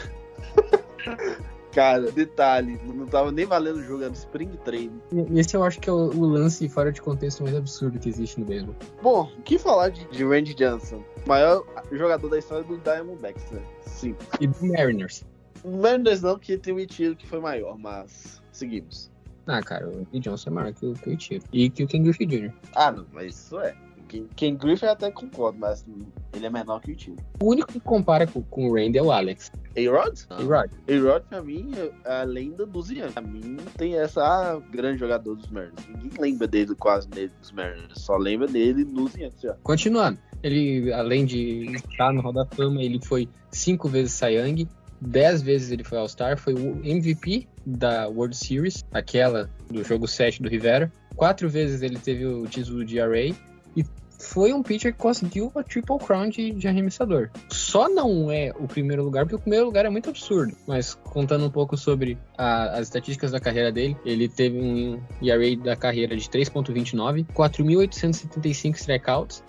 Speaker 5: Cara, detalhe, não tava nem valendo o jogo, era no Spring Training.
Speaker 6: Esse eu acho que é o lance fora de contexto mais absurdo que existe no beisebol.
Speaker 5: Bom, o que falar de Randy Johnson? Maior jogador da história do Diamondbacks, né? Sim.
Speaker 6: E do Mariners.
Speaker 5: O Mariners não, porque tem o Ichiro que foi maior, mas seguimos.
Speaker 6: Ah, cara, o Randy Johnson é maior que o Ichiro. E que o Ken Griffey Jr.
Speaker 5: Ah, não, mas isso é. Ken Griffey eu até concordo, mas ele é menor que o time.
Speaker 6: O único que compara com o Randy é o Alex.
Speaker 5: A-Rod?
Speaker 6: A-Rod.
Speaker 5: A-Rod, pra mim, é a lenda dos Yankees. Pra mim, tem essa grande jogador dos Mariners. Ninguém lembra dele quase nele dos Mariners. Só lembra dele nos Yankees já.
Speaker 6: Continuando. Ele, além de estar no Hall da Fama, ele foi 5 vezes Cy Young, 10 vezes ele foi All-Star, foi o MVP da World Series, aquela do jogo 7 do Rivera. 4 vezes ele teve o título de ERA e foi um pitcher que conseguiu a Triple Crown de arremessador. Só não é o primeiro lugar, porque o primeiro lugar é muito absurdo. Mas contando um pouco sobre as estatísticas da carreira dele, ele teve um ERA da carreira de 3.29, 4.875 strikeouts,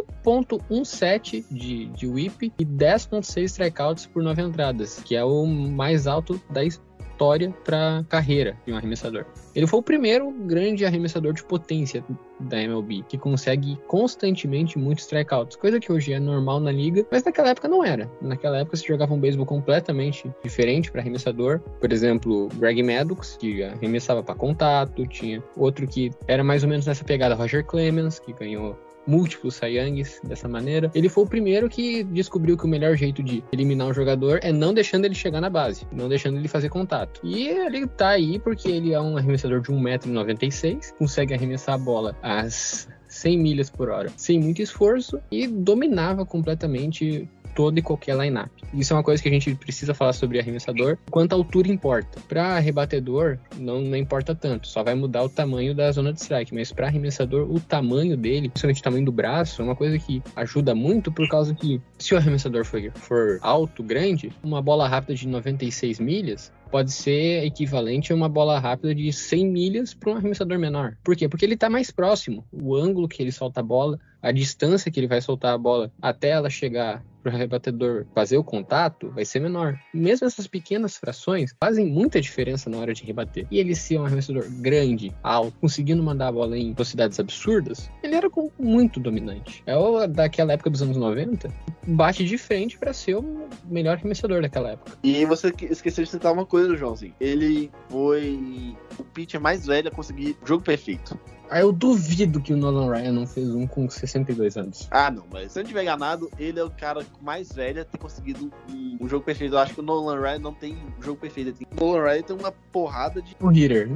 Speaker 6: 1.17 de whip e 10.6 strikeouts por 9 entradas, que é o mais alto da história para carreira de um arremessador. Ele foi o primeiro grande arremessador de potência da MLB, que consegue constantemente muitos strikeouts, coisa que hoje é normal na liga, mas naquela época não era. Naquela época se jogava um beisebol completamente diferente para arremessador. Por exemplo, Greg Maddux, que arremessava para contato, tinha outro que era mais ou menos nessa pegada, Roger Clemens, que ganhou múltiplos Cy Youngs dessa maneira. Ele foi o primeiro que descobriu que o melhor jeito de eliminar um jogador é não deixando ele chegar na base, não deixando ele fazer contato. E ele tá aí porque ele é um arremessador de 1,96 m, consegue arremessar a bola às 100 milhas por hora, sem muito esforço, e dominava completamente toda e qualquer line-up. Isso é uma coisa que a gente precisa falar sobre arremessador. Quanto a altura importa. Para rebatedor, não importa tanto. Só vai mudar o tamanho da zona de strike. Mas para arremessador, o tamanho dele, principalmente o tamanho do braço, é uma coisa que ajuda muito, por causa que se o arremessador for alto, grande, uma bola rápida de 96 milhas pode ser equivalente a uma bola rápida de 100 milhas para um arremessador menor. Por quê? Porque ele está mais próximo. O ângulo que ele solta a bola, a distância que ele vai soltar a bola até ela chegar para o rebatedor fazer o contato vai ser menor. Mesmo essas pequenas frações fazem muita diferença na hora de rebater. E ele ser um arremessador grande, alto, conseguindo mandar a bola em velocidades absurdas, ele era muito dominante. É o daquela época dos anos 90, bate de frente para ser o melhor arremessador daquela época.
Speaker 5: E você esqueceu de citar uma coisa, Joãozinho. Ele foi o pitcher mais velho a conseguir jogo perfeito.
Speaker 6: Eu duvido que o Nolan Ryan não fez um com 62 anos.
Speaker 5: Ah, não, mas se eu não tiver enganado, ele é o cara mais velho a ter conseguido um jogo perfeito. Eu acho que o Nolan Ryan não tem jogo perfeito. O Nolan Ryan tem uma porrada de
Speaker 6: no-hitter.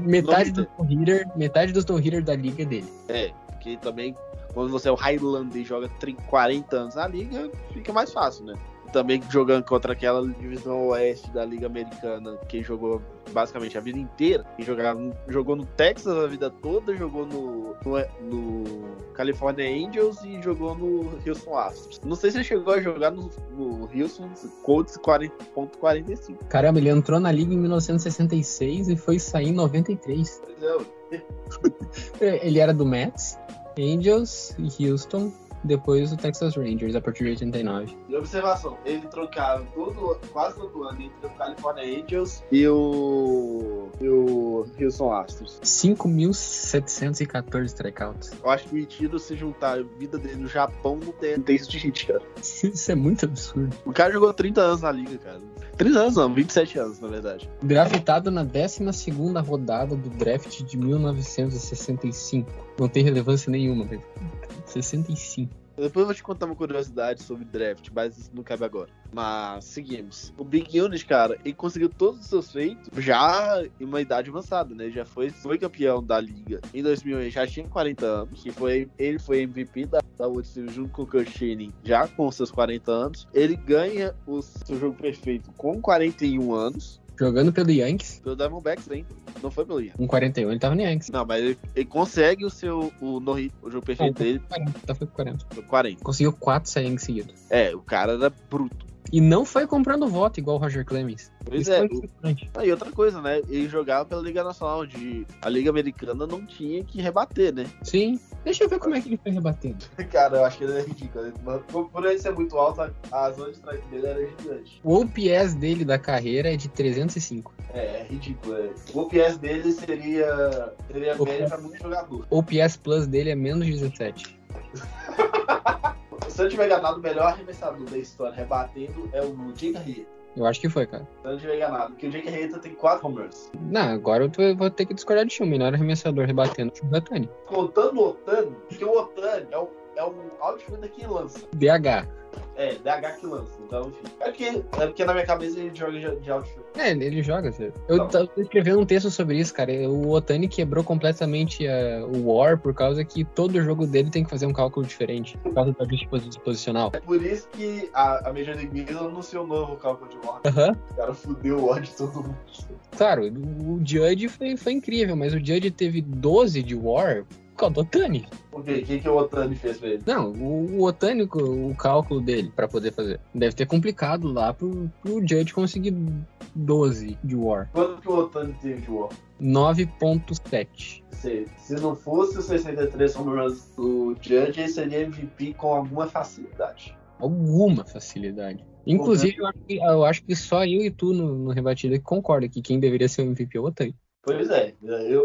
Speaker 6: Metade dos no-hitter da liga é dele.
Speaker 5: É, porque também, quando você é o Highlander e joga 40 anos na liga, fica mais fácil, né? Também jogando contra aquela divisão oeste da Liga Americana, que jogou basicamente a vida inteira, e jogou no Texas a vida toda, jogou no California Angels e jogou no Houston Astros. Não sei se ele chegou a jogar no Houston Colts 40.45.
Speaker 6: Caramba, ele entrou na liga em 1966 e foi sair em 93.
Speaker 5: Pois é.
Speaker 6: Ele era do Mets, Angels e Houston, depois o Texas Rangers, a partir de 89.
Speaker 5: E observação, ele trocaram quase todo ano entre o California Angels e o Houston Astros.
Speaker 6: 5.714 strikeouts.
Speaker 5: Eu acho que o Ichiro, se juntar a vida dele no Japão, não tem isso de hit, cara.
Speaker 6: Isso é muito absurdo.
Speaker 5: O cara jogou 30 anos na liga, cara. 30 anos não, 27 anos, na verdade.
Speaker 6: Draftado na 12ª rodada do draft de 1965. Não tem relevância nenhuma, velho. 65.
Speaker 5: Depois eu vou te contar uma curiosidade sobre draft, mas isso não cabe agora. Mas seguimos. O Big Unit, cara, ele conseguiu todos os seus feitos já em uma idade avançada, né? Já foi campeão da liga em 2000, ele já tinha 40 anos. Ele foi MVP da World Series junto com o Kurt Schilling, já com seus 40 anos. Ele ganha o seu jogo perfeito com 41 anos.
Speaker 6: Jogando pelo Yankees.
Speaker 5: Pelo Diamondbacks, hein? Não foi pelo Yankees.
Speaker 6: Com 41 ele tava no Yankees.
Speaker 5: Não, mas ele consegue o jogo perfeito dele.
Speaker 6: 40, foi com 40.
Speaker 5: 40.
Speaker 6: Conseguiu 4 Cy Young seguidos.
Speaker 5: É, o cara era bruto.
Speaker 6: E não foi comprando voto igual o Roger Clemens.
Speaker 5: Pois é. E outra coisa, né? Ele jogava pela Liga Nacional. A Liga Americana não tinha que rebater, né?
Speaker 6: Sim. Deixa eu ver como é que ele foi rebatendo.
Speaker 5: Cara, eu acho que ele é ridículo. Por ele ser muito alto, a zona de strike dele era gigante.
Speaker 6: O OPS dele da carreira é de 305.
Speaker 5: É ridículo. O OPS dele seria média pra muito jogador.
Speaker 6: O OPS Plus dele é menos 17.
Speaker 5: Se eu tiver enganado, o melhor arremessador da história rebatendo é o Jake Arrieta.
Speaker 6: Eu acho que foi, cara.
Speaker 5: Se eu não tiver enganado, porque o Jake Arrieta tem 4 homers.
Speaker 6: Não, agora eu vou ter que discordar de ti. O melhor arremessador rebatendo é o Otani.
Speaker 5: Contando o Otani, porque o Otani é o é um outfielder que lança.
Speaker 6: DH.
Speaker 5: É, DH que lança. Então, enfim. É porque na minha cabeça ele joga de outfield.
Speaker 6: Ele joga, sério. Eu tava escrevendo um texto sobre isso, cara. O Ohtani quebrou completamente o War por causa que todo jogo dele tem que fazer um cálculo diferente. Por causa da disposição posicional.
Speaker 5: É por isso que a Major League Baseball anunciou um novo cálculo de War.
Speaker 6: Aham.
Speaker 5: O cara fudeu o War de todo mundo.
Speaker 6: Claro, o Judge foi incrível, mas o Judge teve 12 de War por causa do Ohtani.
Speaker 5: Por quê? O que o Ohtani fez pra ele?
Speaker 6: Não, o Ohtani, o cálculo dele pra poder fazer, deve ter complicado lá pro Judge conseguir 12 de War.
Speaker 5: Quanto que o Ohtani teve de War?
Speaker 6: 9.7.
Speaker 5: Se não fosse os 63 home runs do Judge, ele seria MVP com alguma facilidade.
Speaker 6: Alguma facilidade. Inclusive, eu acho que só eu e tu no Rebatida que concorda que quem deveria ser o MVP é o Ohtani.
Speaker 5: Pois é,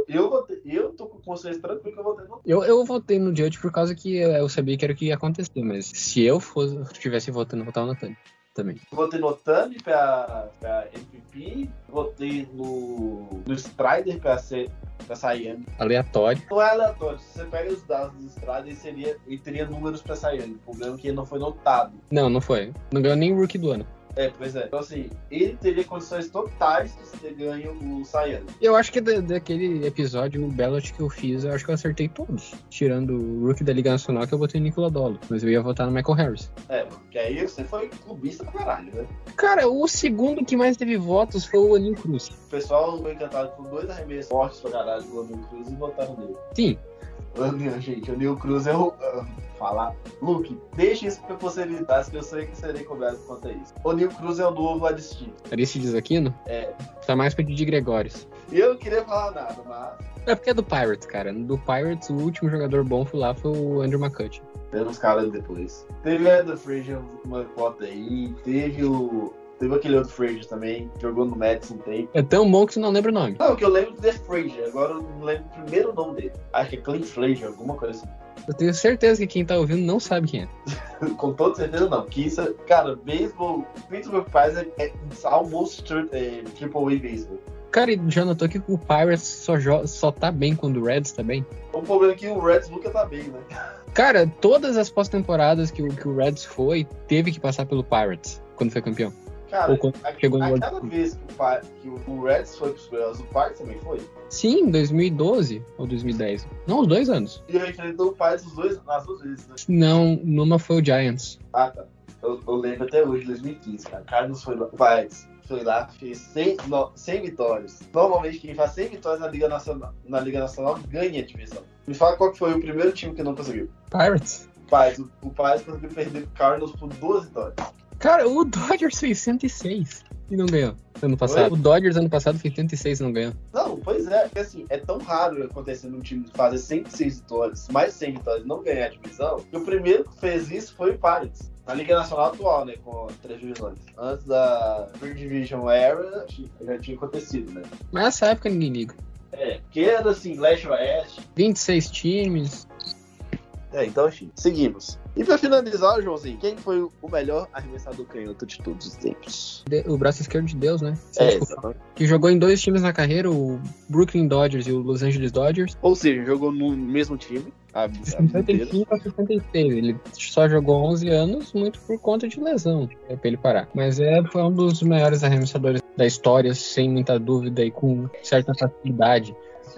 Speaker 5: eu tô com consciência tranquilo que eu votei no...
Speaker 6: Eu votei no Judge por causa que eu sabia que era o que ia acontecer, mas se eu estivesse votando, eu votava no Ohtani também.
Speaker 5: Votei no Ohtani pra MVP, votei no Strider pra Cy Young.
Speaker 6: Aleatório.
Speaker 5: Não é aleatório, se você pega os dados do Strider, ele teria números pra Cy Young. O problema é que ele não foi notado.
Speaker 6: Não foi. Não ganhou nem o Rookie do ano.
Speaker 5: É, pois é. Então, assim, ele teria condições totais de ter ganho o Cy Young.
Speaker 6: Eu acho que daquele episódio, o ballot que eu fiz, eu acho que eu acertei todos. Tirando o Rookie da Liga Nacional, que eu botei no Nicola Dolo. Mas eu ia votar no Michael Harris.
Speaker 5: É, porque aí você foi clubista pra caralho, né?
Speaker 6: Cara, o segundo que mais teve votos foi o Oneil Cruz.
Speaker 5: O pessoal foi encantado com 2 arremessos fortes pra caralho do Oneil Cruz e votaram nele.
Speaker 6: Sim.
Speaker 5: Gente, o Oneil Cruz é o... falar. Luke, deixa isso pra possibilidades que eu sei que serei cobrado quanto a isso. O Oneil Cruz é o novo Aristides.
Speaker 6: Aristides Aquino?
Speaker 5: É.
Speaker 6: Tá mais pra Didi Gregórios.
Speaker 5: E eu não queria falar nada, mas...
Speaker 6: É porque é do Pirates, cara. Do Pirates, o último jogador bom foi o Andrew McCutcheon.
Speaker 5: Tem uns caras depois. Teve o Eder Frazier, uma cota aí. Teve aquele outro Frazier também, que jogou no Mets um tempo.
Speaker 6: É tão bom que você não lembra o nome.
Speaker 5: Não, que eu lembro de The Frazier, agora eu não lembro o primeiro nome dele. Acho que é Clint Frazier, alguma coisa assim.
Speaker 6: Eu tenho certeza que quem tá ouvindo não sabe quem é.
Speaker 5: Com toda certeza não. Que isso, cara, beisebol, Pittsburgh Pirates é almost triple A beisebol.
Speaker 6: Cara, e já notou que o Pirates só tá bem quando o Reds tá bem?
Speaker 5: O problema é que o Reds nunca tá bem, né?
Speaker 6: Cara, todas as pós-temporadas que o Reds teve que passar pelo Pirates quando foi campeão.
Speaker 5: Cara,
Speaker 6: Ou quando chegou no
Speaker 5: cada vez que o Reds foi pros playoffs, o Pirates também foi?
Speaker 6: Sim, em 2012 ou 2010. Não, os 2 anos.
Speaker 5: E eu enfrentou o Pirates nas 2 vezes, né?
Speaker 6: Não, numa foi o Giants.
Speaker 5: Ah, tá. Eu lembro até hoje, 2015, cara. Carlos foi lá, o Pirates foi lá, fez 100 vitórias. Normalmente quem faz 100 vitórias na Liga Nacional ganha a divisão. Me fala qual que foi o primeiro time que não conseguiu.
Speaker 6: Pirates?
Speaker 5: O Pirates conseguiu perder o Cardinals por 2 vitórias.
Speaker 6: Cara, o Dodgers fez 106 e não ganhou ano passado.
Speaker 5: Oi?
Speaker 6: O Dodgers ano passado fez 106 e não ganhou.
Speaker 5: Não, pois é, porque assim, é tão raro acontecer num time fazer 106 vitórias, mais 100 vitórias e não ganhar a divisão, que o primeiro que fez isso foi o Pirates. Na Liga Nacional atual, né, com 3 divisões. Antes da Free Division Era, já tinha acontecido, né?
Speaker 6: Mas nessa época ninguém liga.
Speaker 5: É, porque era assim, leste-oeste.
Speaker 6: 26 times.
Speaker 5: É, então, enfim, seguimos. E pra finalizar, Joãozinho, quem foi o melhor arremessador canhoto de todos os tempos?
Speaker 6: O braço esquerdo de Deus, né?
Speaker 5: Exatamente.
Speaker 6: Que jogou em 2 times na carreira, o Brooklyn Dodgers e o Los Angeles Dodgers.
Speaker 5: Ou seja, jogou no mesmo time.
Speaker 6: De 55 a 66. Ele só jogou 11 anos, muito por conta de lesão, pra ele parar. Mas foi um dos maiores arremessadores da história, sem muita dúvida e com certa facilidade.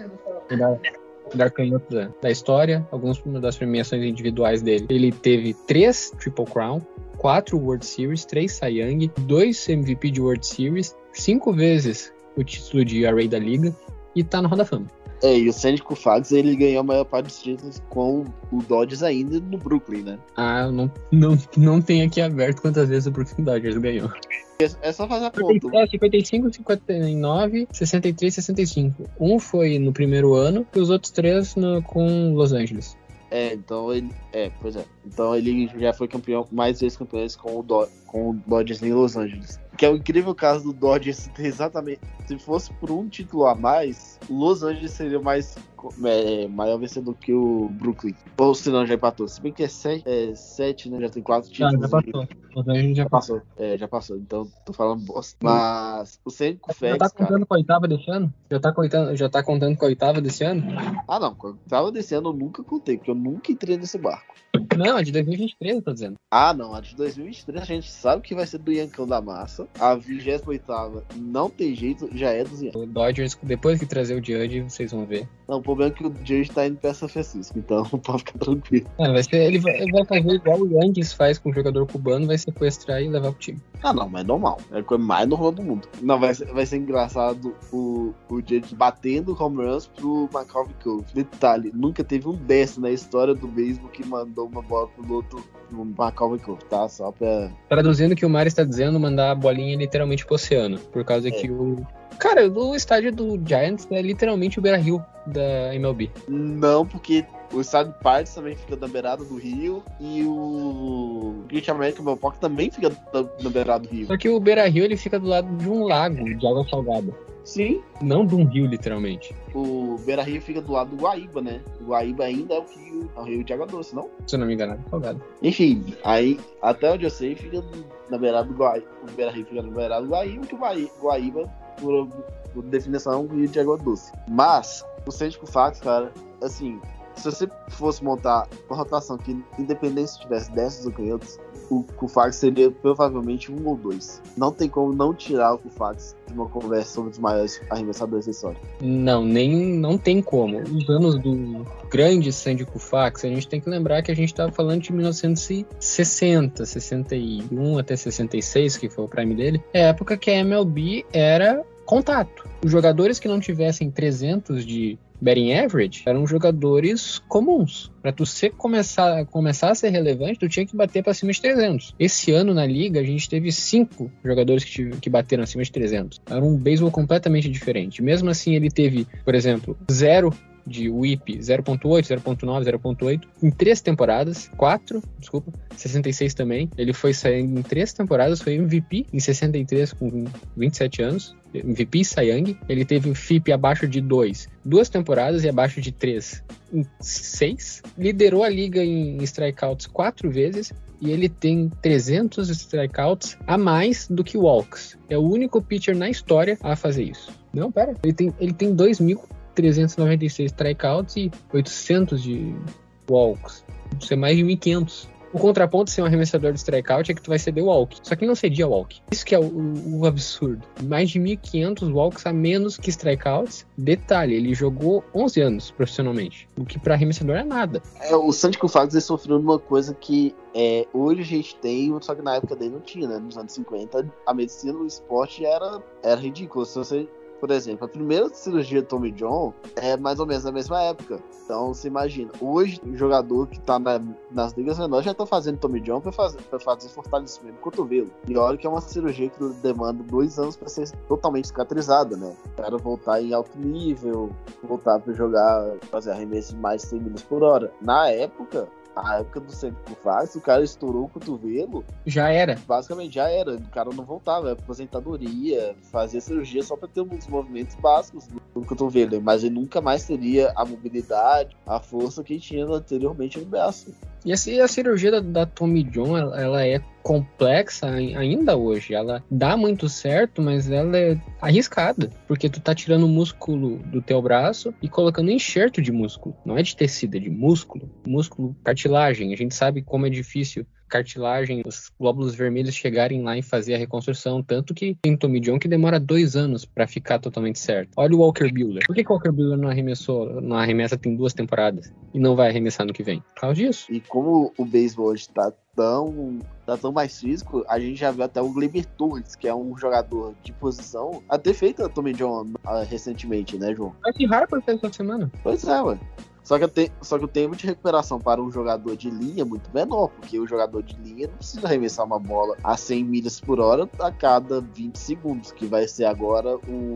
Speaker 6: Melhor canhoto da história, algumas das premiações individuais dele. Ele teve 3 Triple Crown, 4 World Series, 3 Cy Young, 2 MVP de World Series, 5 vezes o título de ERA da liga e tá na Hall da Fama.
Speaker 5: É, e o Sandy Koufax, ele ganhou a maior parte dos títulos com o Dodgers ainda no Brooklyn, né?
Speaker 6: Ah, não tem aqui aberto quantas vezes o Brooklyn Dodgers ganhou.
Speaker 5: É só fazer a conta.
Speaker 6: 55, 59, 63, 65. Um foi no primeiro ano e os outros 3 com Los Angeles.
Speaker 5: É, então ele... pois é. Então ele já foi campeão, mais vezes campeões com o Dodgers em Los Angeles. Que é o incrível caso do Dodgers ter exatamente... Se fosse por um título a mais, o Los Angeles seria maior vencedor que o Brooklyn. Ou se não, já empatou. Se bem que é 7, né? Já tem 4 títulos.
Speaker 6: Já passou. Los Angeles já passou.
Speaker 5: Já passou. Então, tô falando bosta. Mas o Sandy Koufax,
Speaker 6: já tá contando com a oitava desse ano? Já tá contando com a oitava desse ano?
Speaker 5: Ah, não. Quando tava desse ano, eu nunca contei, porque eu nunca entrei nesse barco.
Speaker 6: Não, é de 2023, eu tô dizendo.
Speaker 5: Ah, não. A de 2023 a gente sabe que vai ser do Yankão da Massa. A 28ª não tem jeito, já é dos Yankees.
Speaker 6: O Dodgers, depois que trazer o Judge, vocês vão ver.
Speaker 5: Não, o problema é que o Judge tá indo pra São Francisco, então pode ficar tranquilo.
Speaker 6: Ele vai fazer igual o Yankees faz com o jogador cubano, vai sequestrar e levar pro time.
Speaker 5: Ah, não, mas é normal. É a coisa mais normal do mundo. Não, vai ser engraçado o Judge batendo home runs pro McCovey Cove. Detalhe, nunca teve um desse na história do beisebol que mandou uma bola pro outro no McCovey Cove, tá? Só pra...
Speaker 6: Traduzindo o que o Mari está dizendo, mandar a bolinha literalmente pro oceano. Por causa que o... Cara, o estádio do Giants é literalmente o Beira-Rio da MLB.
Speaker 5: Não, porque o estádio Pirates também fica na beirada do rio e o Great American Ballpark também fica na beirada do rio.
Speaker 6: Só que o Beira-Rio ele fica do lado de um lago de água salgada.
Speaker 5: Sim.
Speaker 6: Não de um rio, literalmente.
Speaker 5: O Beira-Rio fica do lado do Guaíba, né? O Guaíba ainda é o rio de água doce, não?
Speaker 6: Se eu não me engano, é salgado.
Speaker 5: Enfim, aí, até onde eu sei, fica na beirada do Guaíba. O Beira-Rio fica na beirada do Guaíba, que o Guaíba, por definição, é um rio de água doce. Mas, o Sandy Koufax, cara, assim, se você fosse montar uma rotação que, independente se tivesse 10 ou canhotos, o Koufax seria provavelmente 1 ou 2. Não tem como não tirar o Koufax de uma conversa sobre os maiores arremessadores da história.
Speaker 6: Não tem como. Os anos do grande Sandy Koufax, a gente tem que lembrar que a gente estava falando de 1960, 61 até 66, que foi o prime dele. É a época que a MLB era contato. Os jogadores que não tivessem 300 de batting average eram jogadores comuns. Para tu começar a ser relevante, tu tinha que bater para cima de 300. Esse ano na liga a gente teve 5 jogadores que bateram acima de 300. Era um beisebol completamente diferente. Mesmo assim ele teve, por exemplo, 0 de whip, 0.8, 0.9, 0.8 em 3 temporadas, 66 também. Ele foi saindo em 3 temporadas, foi MVP em 63 com 27 anos, MVP Cy Young. Ele teve um FIP abaixo de 2 temporadas e abaixo de 3 em 6. Liderou a liga em strikeouts 4 vezes e ele tem 300 strikeouts a mais do que walks. É o único pitcher na história a fazer isso. Não, pera, ele tem 2.396 strikeouts e 800 de walks. Isso é mais de 1.500. O contraponto de ser um arremessador de strikeout é que tu vai ceder walk. Só que ele não cedia walk. Isso que é o absurdo. Mais de 1.500 walks a menos que strikeouts. Detalhe, ele jogou 11 anos profissionalmente. O que para arremessador é nada.
Speaker 5: O Sandy Koufax sofreu numa coisa que hoje a gente tem, só que na época dele não tinha, né? Nos anos 50, a medicina do esporte era ridícula. Se você... Por exemplo, a primeira cirurgia do Tommy John é mais ou menos na mesma época. Então, você imagina, hoje o jogador que tá nas ligas menores já tá fazendo Tommy John pra fazer fortalecimento do cotovelo. E olha que é uma cirurgia que demanda 2 anos pra ser totalmente cicatrizada, né? O cara voltar em alto nível, voltar pra jogar, fazer arremesso de mais de 100 milhas por hora. Na época do Sandy Koufax, o cara estourou o cotovelo.
Speaker 6: Já era.
Speaker 5: Basicamente, já era. O cara não voltava, aposentadoria, fazia cirurgia só pra ter uns movimentos básicos no cotovelo. Mas ele nunca mais teria a mobilidade, a força que tinha anteriormente no braço.
Speaker 6: E a cirurgia da Tommy John, ela é complexa ainda hoje. Ela dá muito certo, mas ela é arriscada. Porque tu tá tirando o músculo do teu braço e colocando enxerto de músculo. Não é de tecido, é de músculo. Músculo, cartilagem. A gente sabe como é difícil cartilagem, os glóbulos vermelhos chegarem lá e fazer a reconstrução, tanto que tem Tommy John que demora 2 anos pra ficar totalmente certo. Olha o Walker Buehler. Por que o Walker Buehler não arremessa tem 2 temporadas e não vai arremessar no que vem? Por causa disso.
Speaker 5: E como o beisebol hoje tá tão mais físico, a gente já viu até o Gleyber Torres, que é um jogador de posição, a ter feito a Tommy John recentemente, né, João?
Speaker 6: Mas que raro por essa semana.
Speaker 5: Pois é, ué. Só que o tempo de recuperação para um jogador de linha é muito menor, porque o jogador de linha não precisa arremessar uma bola a 100 milhas por hora a cada 20 segundos, que vai ser agora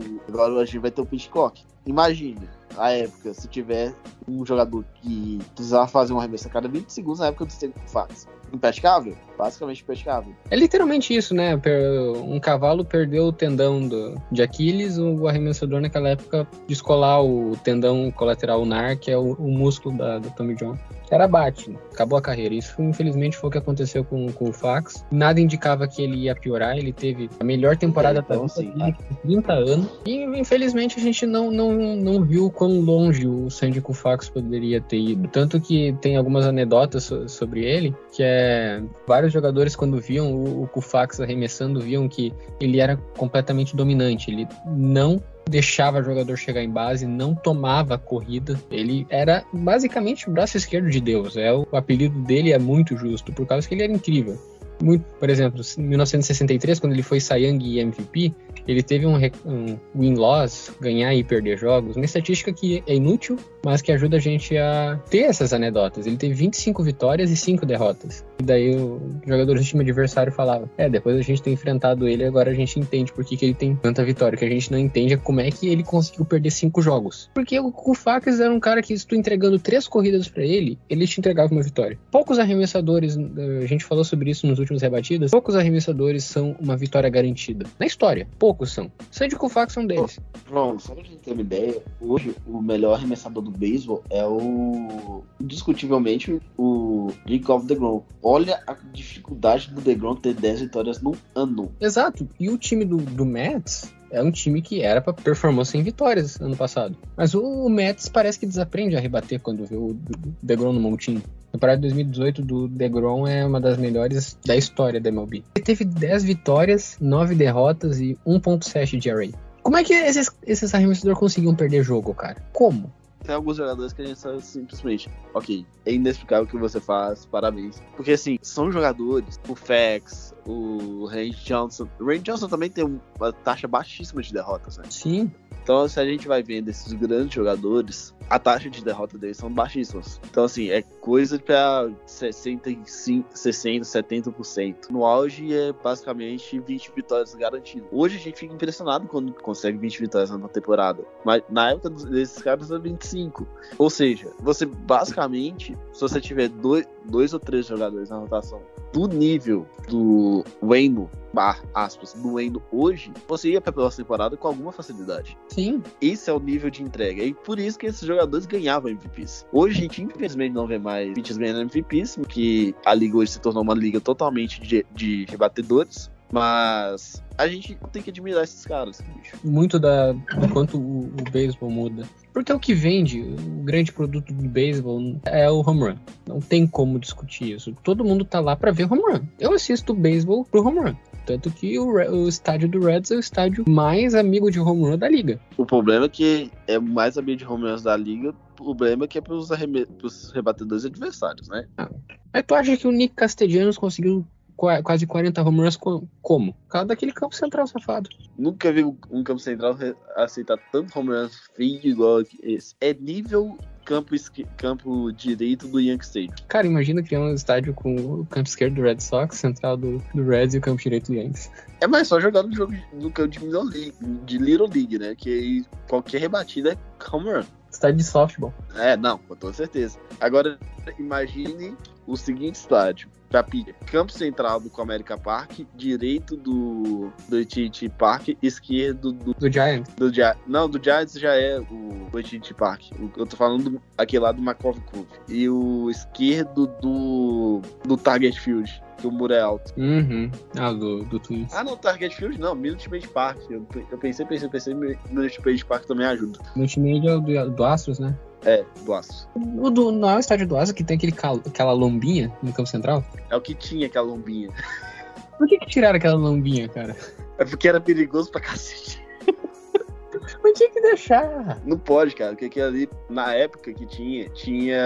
Speaker 5: a gente vai ter o pitch clock. Imagine a época, se tiver um jogador que precisava fazer um arremesso a cada 20 segundos na época do Sandy Koufax. Impraticável? Basicamente impraticável.
Speaker 6: É literalmente isso, né? Um cavalo perdeu o tendão de Aquiles, o arremessador naquela época descolar o tendão colateral ulnar, que é o músculo da Tommy John. Era bate, né? Acabou a carreira. Isso, infelizmente, foi o que aconteceu com o Fax. Nada indicava que ele ia piorar. Ele teve a melhor temporada da vida dele, com 30 anos. E, infelizmente, a gente não viu quão longe o Sandy Koufax Koufax poderia ter ido. Tanto que tem algumas anedotas sobre ele, que vários jogadores quando viam o Koufax arremessando, viam que ele era completamente dominante, ele não deixava o jogador chegar em base, não tomava a corrida, ele era basicamente o braço esquerdo de Deus, o apelido dele é muito justo, por causa que ele era incrível. Por exemplo, em 1963, quando ele foi Cy Young e MVP, ele teve um win-loss, ganhar e perder jogos, uma estatística que é inútil, mas que ajuda a gente a ter essas anedotas. Ele teve 25 vitórias e 5 derrotas. E daí o jogador do time adversário falava, depois a gente tem enfrentado ele, agora a gente entende por que ele tem tanta vitória. O que a gente não entende é como é que ele conseguiu perder 5 jogos. Porque o Koufax era um cara que, se tu entregando 3 corridas pra ele te entregava uma vitória. Poucos arremessadores, a gente falou sobre isso nos últimos rebatidas, poucos arremessadores são uma vitória garantida. Na história, poucos são. Sandy Koufax é um deles.
Speaker 5: Pronto, só pra gente ter uma ideia, hoje o melhor arremessador do beisebol é indiscutivelmente o Jacob deGrom. Olha a dificuldade do deGrom ter 10 vitórias no ano.
Speaker 6: Exato. E o time do Mets é um time que era pra performance sem vitórias ano passado. Mas o Mets parece que desaprende a rebater quando vê o deGrom no montinho. A temporada de 2018 do deGrom é uma das melhores da história da MLB. Ele teve 10 vitórias, 9 derrotas e 1.7 de ERA. Como é que esses arremessadores conseguiam perder jogo, cara? Como?
Speaker 5: Tem alguns jogadores que a gente sabe simplesmente, ok, é inexplicável o que você faz, parabéns. Porque assim, são jogadores, o Fax, o Randy Johnson. O Randy Johnson também tem uma taxa baixíssima de derrotas, né?
Speaker 6: Sim.
Speaker 5: Então, se a gente vai vendo esses grandes jogadores, a taxa de derrota deles são baixíssimas. Então, assim, é coisa pra 65, 60, 70%. No auge é basicamente 20 vitórias garantidas. Hoje a gente fica impressionado quando consegue 20 vitórias na temporada. Mas na época desses caras era 25. Ou seja, você basicamente, se você tiver dois ou 3 jogadores na rotação do nível do Waino, do Waino hoje, você ia pra próxima temporada com alguma facilidade.
Speaker 6: Sim.
Speaker 5: Esse é o nível de entrega. E por isso que esses jogadores ganhavam MVPs. Hoje a gente infelizmente não vê mais pitchers ganhando MVPs, porque a liga hoje se tornou uma liga totalmente de rebatedores. Mas a gente tem que admirar esses caras, bicho.
Speaker 6: Muito do quanto o beisebol muda. Porque o que vende, o grande produto do beisebol é o home run. Não tem como discutir isso. Todo mundo tá lá pra ver home run. Eu assisto o beisebol pro home run. Tanto que o estádio do Reds é o estádio mais amigo de home run da liga.
Speaker 5: O problema é que é mais amigo de home runs da liga. O problema é que é pros rebatedores adversários, né?
Speaker 6: Mas tu acha que o Nick Castellanos conseguiu quase 40 home runs como? Por causa daquele campo central safado.
Speaker 5: Nunca vi um campo central aceitar tanto home runs feio igual esse. É nível campo direito do Yankee Stadium.
Speaker 6: Cara, imagina criar um estádio com o campo esquerdo do Red Sox, central do Reds e o campo direito do Yankees.
Speaker 5: É mais só jogar no campo de Little League, né? Que aí qualquer rebatida é home run.
Speaker 6: Estádio de softball.
Speaker 5: Não, com toda certeza. Agora, imagine o seguinte estádio. Campo central do Comerica Park, direito do AT&T Park, esquerdo do
Speaker 6: Giants.
Speaker 5: Do Giants já é o AT&T Park. Eu tô falando aquele lá do McCoy Cove. E o esquerdo do Target Field, que o muro é alto.
Speaker 6: Uhum. Do Twins.
Speaker 5: Não, Target Field não, Minute Maid Park. Eu pensei, Minute Maid Park também ajuda.
Speaker 6: Minute Maid é o do Astros, né?
Speaker 5: Do Astros.
Speaker 6: Não é o estádio do Astros que tem aquela lombinha no campo central?
Speaker 5: É o que tinha aquela lombinha.
Speaker 6: Por que tiraram aquela lombinha, cara?
Speaker 5: É porque era perigoso pra cacete.
Speaker 6: Mas tinha que deixar.
Speaker 5: Não pode, cara, porque aquilo ali, na época que tinha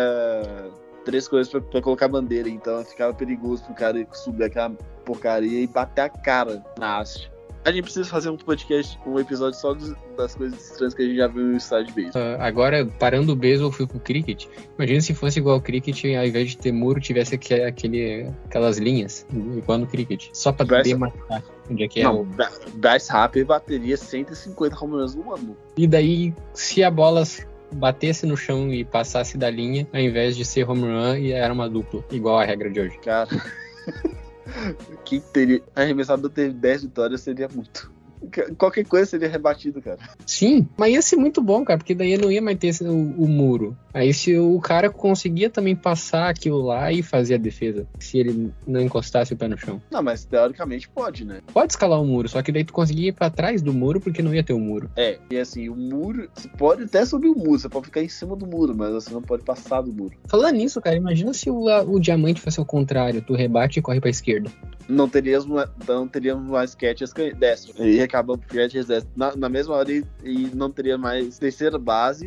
Speaker 5: 3 coisas pra colocar bandeira, então ficava perigoso pro cara subir aquela porcaria e bater a cara na haste. A gente precisa fazer um podcast, um episódio só das coisas estranhas que a gente já viu no estádio de beisebol.
Speaker 6: Agora, parando o beisebol, fui pro cricket. Imagina se fosse igual ao cricket, ao invés de ter muro, tivesse aquelas linhas, igual no cricket. Só pra demarcar onde é que é.
Speaker 5: Bryce Harper bateria 150 home runs no ano.
Speaker 6: E daí, se a bola batesse no chão e passasse da linha, ao invés de ser home run, era uma dupla, igual a regra de hoje.
Speaker 5: Cara... Quem teria arremessador ter 10 vitórias seria muito. Qualquer coisa seria rebatido, cara.
Speaker 6: Sim, mas ia ser muito bom, cara, porque daí não ia mais ter o muro. Aí se o cara conseguia também passar aquilo lá e fazer a defesa, se ele não encostasse o pé no chão.
Speaker 5: Não, mas teoricamente pode, né?
Speaker 6: Pode escalar o muro, só que daí tu conseguia ir pra trás do muro porque não ia ter o muro.
Speaker 5: E assim, o muro, você pode até subir o muro, você pode ficar em cima do muro, mas você não pode passar do muro.
Speaker 6: Falando nisso, cara, imagina se o diamante fosse ao contrário, tu rebate e corre pra esquerda.
Speaker 5: Não teríamos mais catches destro. E acaba o catches destro. Na mesma hora e não teria mais terceira base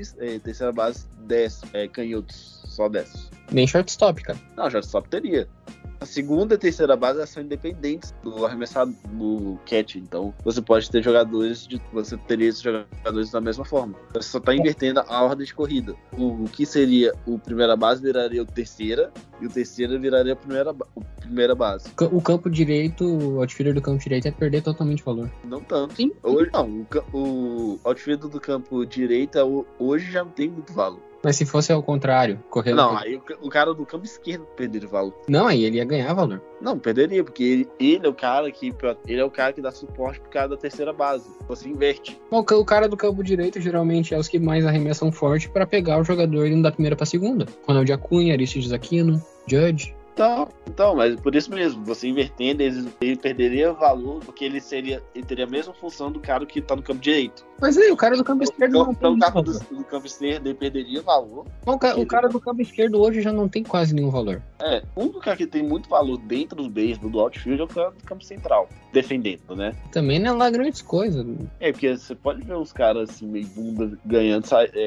Speaker 5: destro, canhotos, só destros.
Speaker 6: Nem shortstop, cara.
Speaker 5: Não, shortstop teria. A segunda e terceira base são independentes do arremessado do catch, então você pode ter você teria esses jogadores da mesma forma. Você só tá invertendo a ordem de corrida. O que seria o primeira base viraria o terceira e o terceira viraria a primeira base.
Speaker 6: O campo direito, o outfielder do campo direito ia perder totalmente valor.
Speaker 5: Não tanto.
Speaker 6: Sim.
Speaker 5: Hoje não. O outfielder do campo direito hoje já não tem muito valor.
Speaker 6: Mas se fosse ao contrário, correndo...
Speaker 5: Não, aí o cara do campo esquerdo perderia valor.
Speaker 6: Não, aí ele ia ganhar valor.
Speaker 5: Não, perderia, porque ele é o cara que dá suporte pro cara da terceira base. Você inverte.
Speaker 6: O cara do campo direito geralmente é os que mais arremessam forte pra pegar o jogador indo da primeira pra segunda. Ronald Acunha, Aristides Aquino, Judge...
Speaker 5: Então, mas por isso mesmo, você invertendo, ele perderia valor, porque ele teria a mesma função do cara que tá no campo direito.
Speaker 6: Mas aí, o cara do campo esquerdo não tem
Speaker 5: Então, o cara
Speaker 6: valor.
Speaker 5: do campo esquerdo ele perderia valor.
Speaker 6: O cara do campo esquerdo hoje já não tem quase nenhum valor.
Speaker 5: O único cara que tem muito valor dentro do beisebol, do outfield, é o cara do campo central, defendendo, né?
Speaker 6: Também não é lá grandes coisas.
Speaker 5: Porque você pode ver uns caras assim, meio bunda, ganhando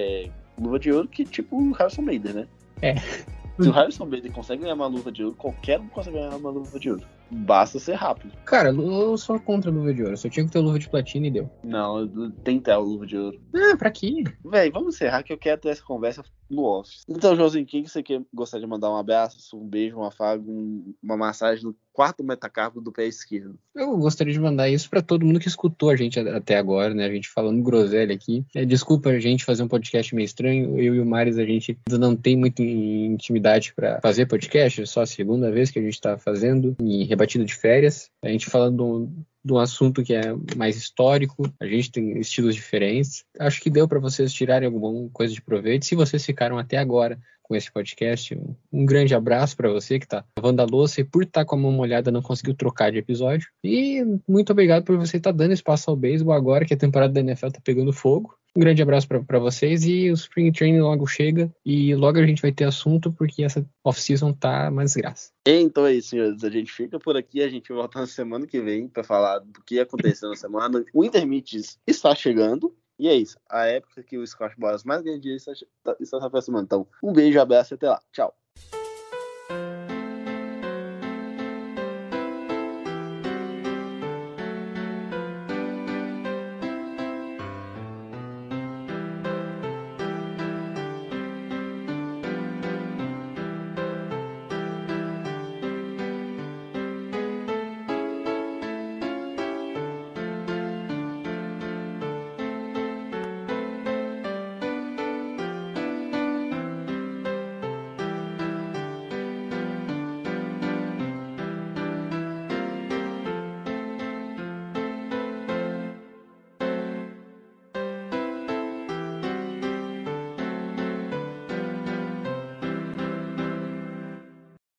Speaker 5: luva de ouro, que tipo o Harrison Bader, né? Se o Harrison Bader consegue ganhar uma luva de ouro, qualquer um consegue ganhar uma luva de ouro. Basta ser rápido.
Speaker 6: Cara, eu sou contra a luva de ouro. Eu só tinha que ter luva de platina e deu.
Speaker 5: Não, tem que ter a luva de ouro.
Speaker 6: Pra quê?
Speaker 5: Véi, vamos encerrar que eu quero ter essa conversa no office. Então, Joãozinho, quem que você gostaria de mandar um abraço, um beijo, um afago, uma massagem no quarto metacarpo do pé esquerdo?
Speaker 6: Eu gostaria de mandar isso pra todo mundo que escutou a gente até agora, né? A gente falando groselha aqui. Desculpa a gente fazer um podcast meio estranho. Eu e o Maris, a gente ainda não tem muita intimidade pra fazer podcast. É só a segunda vez que a gente tá fazendo em rebatida de férias. A gente falando de um assunto que é mais histórico, a gente tem estilos diferentes. Acho que deu para vocês tirarem alguma coisa de proveito. Se vocês ficaram até agora com esse podcast, um grande abraço para você que tá lavando a louça e por estar com a mão molhada não conseguiu trocar de episódio. E muito obrigado por você estar dando espaço ao beisebol agora que a temporada da NFL tá pegando fogo. Um grande abraço para vocês e o Spring Training logo chega e logo a gente vai ter assunto porque essa off-season tá uma desgraça.
Speaker 5: Então é isso, senhores. A gente fica por aqui. A gente volta na semana que vem para falar do que aconteceu na semana. O Intermits está chegando. E é isso. A época que o Scott Boras mais ganha dinheiro está se aproximando. Então, um beijo, abraço e até lá. Tchau.